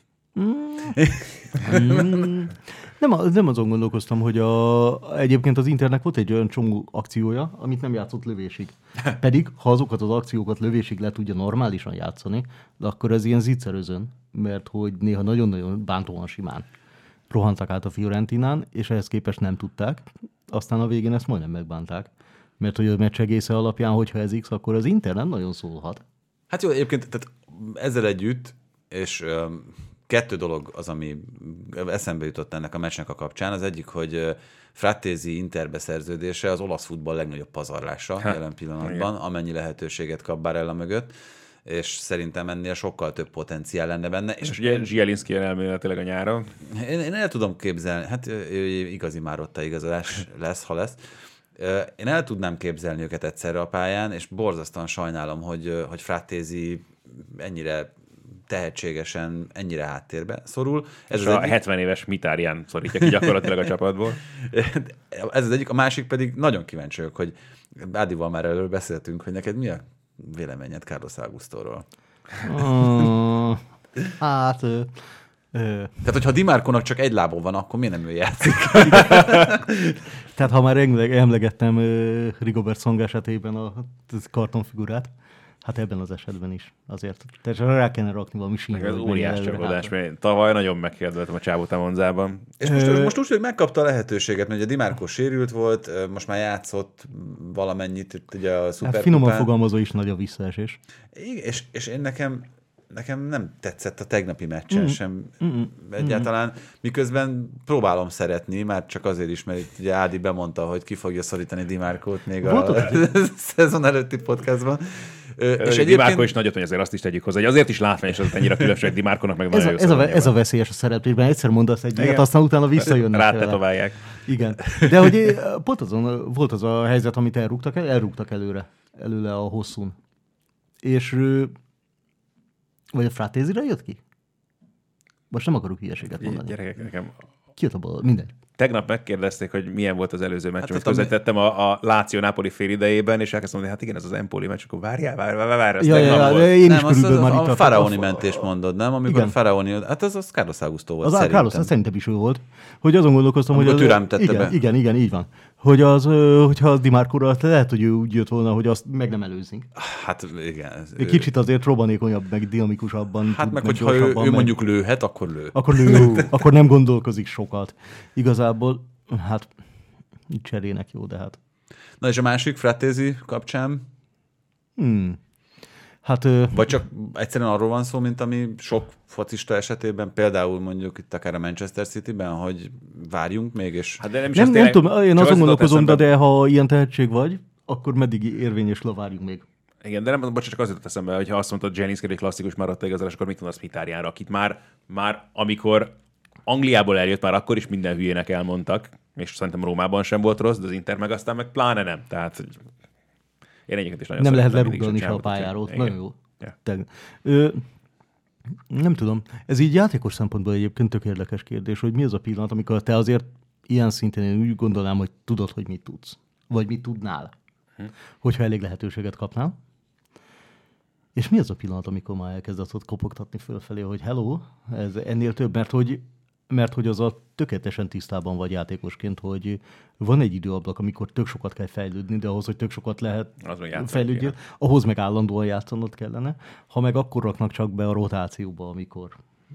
Mm. Nem, a- nem azon gondolkoztam, hogy a, egyébként az Internek volt egy olyan csomó akciója, amit nem játszott lövésig. Pedig, ha azokat az akciókat lövésig le tudja normálisan játszani, de akkor ez ilyen zicserözön, mert hogy néha nagyon-nagyon bántóan simán rohantak át a Fiorentinán, és ehhez képest nem tudták. Aztán a végén ezt majdnem megbánták. Mert hogy a meccs egésze alapján, hogyha ez X, akkor az Inter nem nagyon szólhat. Hát jó, egyébként tehát ezzel együtt, és ö, kettő dolog az, ami eszembe jutott ennek a meccsnek a kapcsán. Az egyik, hogy ö, Frattesi Interbe szerződése az olasz futball legnagyobb pazarlása Ha, jelen pillanatban, amennyi lehetőséget kap Barella mögött. és szerintem ennél sokkal több potenciál lenne benne. És, és ugye Zsielinszky elméletileg a nyáron. Én, én el tudom képzelni, hát ő igazi Márotta igazolás lesz, ha lesz. Én el tudnám képzelni őket egyszerre a pályán, és borzasztóan sajnálom, hogy, hogy Frattézi ennyire tehetségesen, ennyire háttérbe szorul. Ez és az a egyik... hetven éves Mkhitaryan szorítja ki gyakorlatilag a csapatból. Ez az egyik, a másik pedig nagyon kíváncsi vagyok, hogy Ádival már előről beszéltünk, hogy neked mi a véleményed Carlos Augustóról? Oh, hát... Ö, ö. Tehát, hogyha Di Marcónak csak egy lábon van, akkor miért nem ő játszik? Tehát, ha már emlegettem uh, Rigobert Song esetében a kartonfigurát, hát ebben az esetben is azért. Tehát rá kellene rakni valami sínre. Ez óriás csalódás, mert tavaly nagyon megkérdeztem a Csávóta Monzában. És most, Ö... most úgy, hogy megkapta a lehetőséget, mert ugye Di Marco sérült volt, most már játszott valamennyit ugye a szuperkupán. Hát finoman fogalmazó is nagy a visszaesés. Igen, és, és én nekem, nekem nem tetszett a tegnapi meccsen mm. sem mm. egyáltalán, mm. miközben próbálom szeretni, már csak azért is, mert itt ugye Ádi bemondta, hogy ki fogja szorítani Di Marcót még volt a szezon előtti podcastban. És egyébként... Di Marco is nagyot, hogy azért azt is tegyük hozzá, hogy azért is látványos az ennyire különbség Di Marcónak, meg ez, a, ez, a, ez a veszélyes a szereplésben, egyszer mondasz egy ilyet, aztán utána visszajönnek. Rátetoválják. Igen. De hogy pont azon volt az a helyzet, amit elrúgtak, el, elrúgtak előre, előle a hosszún. És vagy a Frattézire jött ki? Most nem akarok hülyeséget mondani. Gyerekek, nekem... Ki jött abból? Mindegy. Tegnap megkérdezték, hogy milyen volt az előző meccs, hát amit közvetettem a, a Láció-Napoli fél idejében, és elkezdtem mondani, hát igen, ez az Empoli meccs, akkor várjál, várjál, várjál, ez ja, tegnap ja, volt. Én nem, is az, az, az a Faraoni mentést mondod, nem? Amikor igen. A Faraoni, hát az, az Carlos Augusto volt az szerintem. Carlos, az szerintem is ő volt. Hogy azon gondolkoztam, amikor hogy... Türám tette igen, be. Igen, igen, így van. Hogy az, hogyha az Di Marcóra, lehet, hogy ő úgy jött volna, hogy azt meg nem előzünk. Hát igen. Ez, ő... Kicsit azért robanékonyabb, meg dinamikusabban. Hát meg, hogyha ő, ő meg... mondjuk lőhet, akkor lő. Akkor lő, akkor nem gondolkozik sokat. Igazából, hát cserének jó, de hát. Na és a másik, Frattézi kapcsán? Hmm. Hát, vagy csak egyszerűen arról van szó, mint ami sok focista esetében, például mondjuk itt akár a Manchester Cityben, hogy várjunk még, és... Hát de nem, nem, nem tudom, én azon gondolkozom, de, de ha ilyen tehetség vagy, akkor meddig érvényes le, várjunk még. Igen, de nem, bocsánat, csak azért eszembe, hogy ha azt mondtad, Zsielinszky egy klasszikus maradt igazolás, akkor mit mondasz Mkhitaryanra, akit már, már amikor Angliából eljött, már akkor is minden hülyének elmondtak, és szerintem Rómában sem volt rossz, de az Inter meg aztán meg pláne nem. Tehát én egyébként is nagyon nem lehet lerúgdalni is a pályáról. Nagyon jó. Ja. Ö, nem tudom. Ez így játékos szempontból egyébként tök érdekes kérdés, hogy mi az a pillanat, amikor te azért ilyen szinten én úgy gondolnám, hogy tudod, hogy mit tudsz. Vagy mit tudnál. Hm. Hogyha elég lehetőséget kapnál. És mi az a pillanat, amikor már elkezdett ott kopogtatni fölfelé, hogy hello, ez ennél több, mert hogy mert hogy az a tökéletesen tisztában vagy játékosként, hogy van egy időablak, amikor tök sokat kell fejlődni, de ahhoz, hogy tök sokat lehet fejlődni, ahhoz meg állandóan játszanod kellene. Ha meg akkor raknak csak be a rotációba, amikor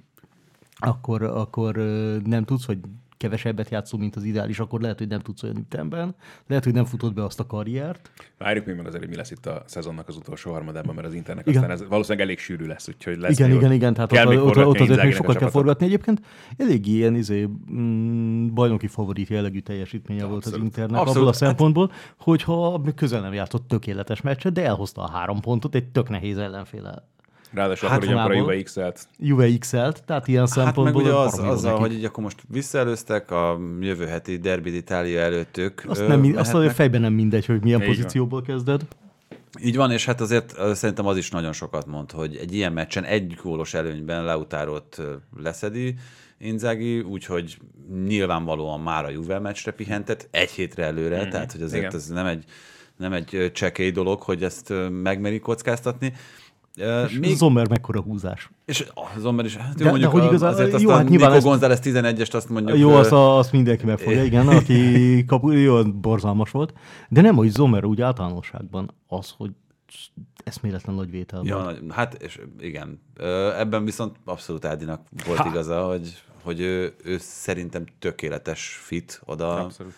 akkor, akkor nem tudsz, vagy kevesebbet játszol, mint az ideális, akkor lehet, hogy nem tudsz olyan ütemben, lehet, hogy nem futod be azt a karriert. Várjuk még meg azért, hogy mi lesz itt a szezonnak az utolsó harmadában, mert az Internek igen. aztán ez valószínűleg elég sűrű lesz, úgyhogy lesz. Igen, igen, igen, tehát ott, ott, ott azért még sokat kell forgatni. Egyébként elég ilyen izé, mm, bajnoki favorit jellegű teljesítménye abszolút. Volt az Internek abszolút. Abból a szempontból, hogyha közel nem játszott tökéletes meccset, de elhozta a három pontot egy tök nehéz ellenféllel. Ráadásul hát akkor, hogy akkor a Juve X-elt. Juve X-elt, tehát ilyen szempontból... Hát meg ugye az, azzal, hogy így akkor most visszaelőztek a jövő heti Derby d'Italia előtt ők. Azt, nem, azt a fejben nem mindegy, hogy milyen így pozícióból van. Kezded. Így van, és hát azért szerintem az is nagyon sokat mond, hogy egy ilyen meccsen egy gólos előnyben Lautarot leszedi Inzaghi, úgyhogy nyilvánvalóan már a Juve meccsre pihentett egy hétre előre, mm-hmm. tehát hogy azért igen. Ez nem egy, nem egy csekély dolog, hogy ezt megmeri kockáztatni. Uh, még... Zomer mekkora húzás. És a Zomer is, hát jó, de, mondjuk de, hogy igazán, azért jó, aztán hát Nico ezt... González tizenegyest azt mondjuk... Jó, azt, azt mindenki megfogja, igen, aki kapu, jó, borzalmas volt. De nem, hogy Zomer úgy általánosságban az, hogy eszméletlen nagy vétel ja, volt. Hát, és igen. Ebben viszont abszolút Ádinak volt ha. igaza, hogy, hogy ő, ő szerintem tökéletes fit oda. Abszolút.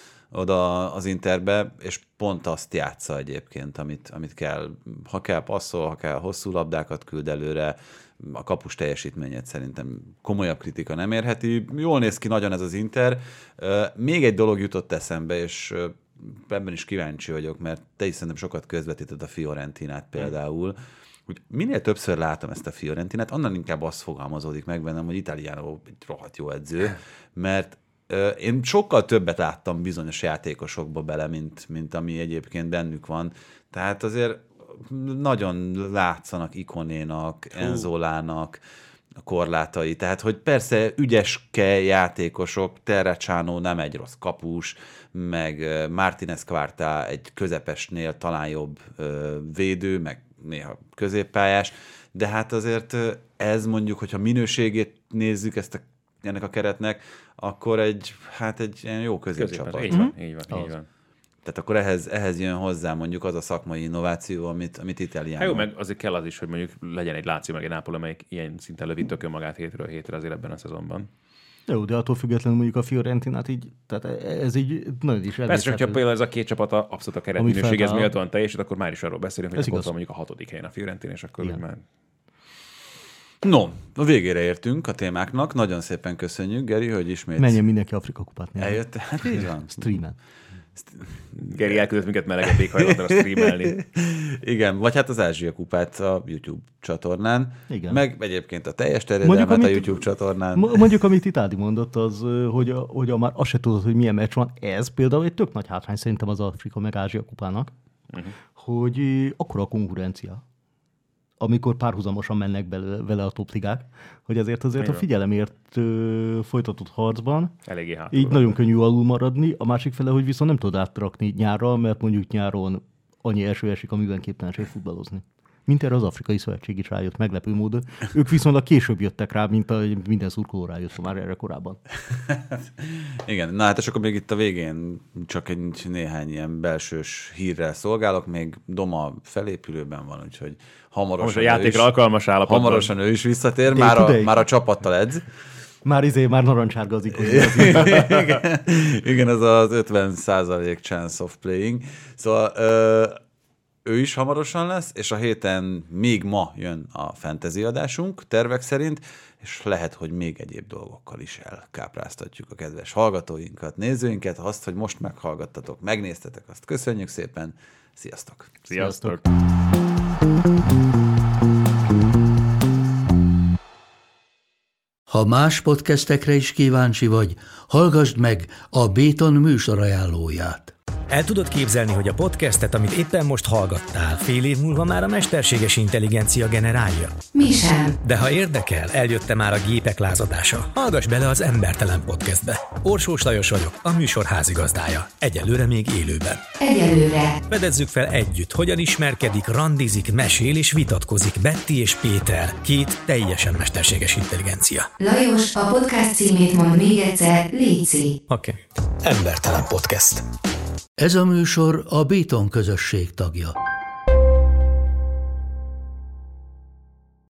oda az Interbe, és pont azt játsza egyébként, amit, amit kell. Ha kell passzol, ha kell hosszú labdákat küld előre, a kapus teljesítményét szerintem komolyabb kritika nem érheti. Jól néz ki nagyon ez az Inter. Még egy dolog jutott eszembe, és ebben is kíváncsi vagyok, mert te is szerintem sokat közvetíted a Fiorentinát például, hogy minél többször látom ezt a Fiorentinát, annál inkább azt fogalmazódik meg bennem, hogy Italiano egy rohadt jó edző, mert uh, én sokkal többet láttam bizonyos játékosokba bele, mint, mint ami egyébként bennük van. Tehát azért nagyon látszanak Ikonénak, Enzolának a korlátai. Tehát, hogy persze ügyeske játékosok, Terracciano nem egy rossz kapus, meg Martinez Quarta egy közepesnél talán jobb védő, meg néha középpályás, de hát azért ez mondjuk, hogyha minőségét nézzük ezt a, ennek a keretnek, akkor egy, hát egy ilyen jó középcsapat. Így van, így van, így van. Tehát akkor ehhez, ehhez jön hozzá mondjuk az a szakmai innováció, amit, amit Italiában. Hát jó, meg azért kell az is, hogy mondjuk legyen egy Láció meg egy Nápoly, amelyik ilyen szinten lövi tökön magát hétről hétre azért ebben a szezonban. Jó, de attól függetlenül mondjuk a Fiorentinát így, tehát ez így nagyon is elvészhető. Persze, hogyha például ez a két csapat abszolút a keretminőséghez méltóan teljesít, akkor már is arról beszélünk, hogy ott van mondjuk a hatodik helyen a Fiorentina, és akkor úgy már... No, a végére értünk a témáknak. Nagyon szépen köszönjük, Geri, hogy ismét... Menjen mindenki Afrika kupát nézni. Eljött, hát így van. Streamen. Geri elküldött minket meleget éghajlatra streamelni. Igen, vagy hát az Ázsia kupát a YouTube csatornán. Igen. Meg egyébként a teljes terjedelmet mondjuk, a YouTube csatornán. Mondjuk, amit itt Ádi mondott, az, hogy, a, hogy a már azt se tudod, hogy milyen meccs van. Ez például egy tök nagy hátrány szerintem az Afrika meg Ázsia kupának, uh-huh. hogy akkora a konkurencia, amikor párhuzamosan mennek belőle, vele a topligák, hogy azért azért Igen. a figyelemért ö, folytatott harcban eléggé hátul. Így nagyon könnyű alul maradni, a másik fele, hogy viszont nem tudod átrakni nyárra, mert mondjuk nyáron annyi eső esik, amiben képtelenség futballozni. Mint erre az Afrikai Szövetség is rájött meglepő módon. Ők viszonylag később jöttek rá, mint a, minden szurkoló rájött már erre korábban. Igen, na hát és akkor még itt a végén csak egy néhány ilyen belsős hírrel szolgálok, még Doma felépülőben van, úgyhogy hamarosan, most a játékra alkalmas állapotban. Hamarosan ő is visszatér, már a, már a csapattal edz. Már izé, már narancsárga az ikon. igen, igen, ez az ötven százalék chance of playing. Szóval ö, ő is hamarosan lesz, és a héten még ma jön a fantasy adásunk, tervek szerint, és lehet, hogy még egyéb dolgokkal is elkápráztatjuk a kedves hallgatóinkat, nézőinket, azt, hogy most meghallgattatok, megnéztetek, azt köszönjük szépen. Sziasztok! Sziasztok! Ha más podcastekre is kíváncsi vagy, hallgassd meg a Béton műsor ajánlóját. El tudod képzelni, hogy a podcastet, amit éppen most hallgattál, fél év múlva már a mesterséges intelligencia generálja? Mi sem. De ha érdekel, eljött már a gépek lázadása. Hallgass bele az Embertelen Podcastbe. Orsós Lajos vagyok, a műsor házigazdája. Egyelőre még élőben. Egyelőre. Fedezzük fel együtt, hogyan ismerkedik, randizik, mesél és vitatkozik Betty és Péter, két teljesen mesterséges intelligencia. Lajos, a podcast címét mond még egyszer, léci. Oké. Okay. Embertelen Podcast. Ez a műsor a Béton közösség tagja.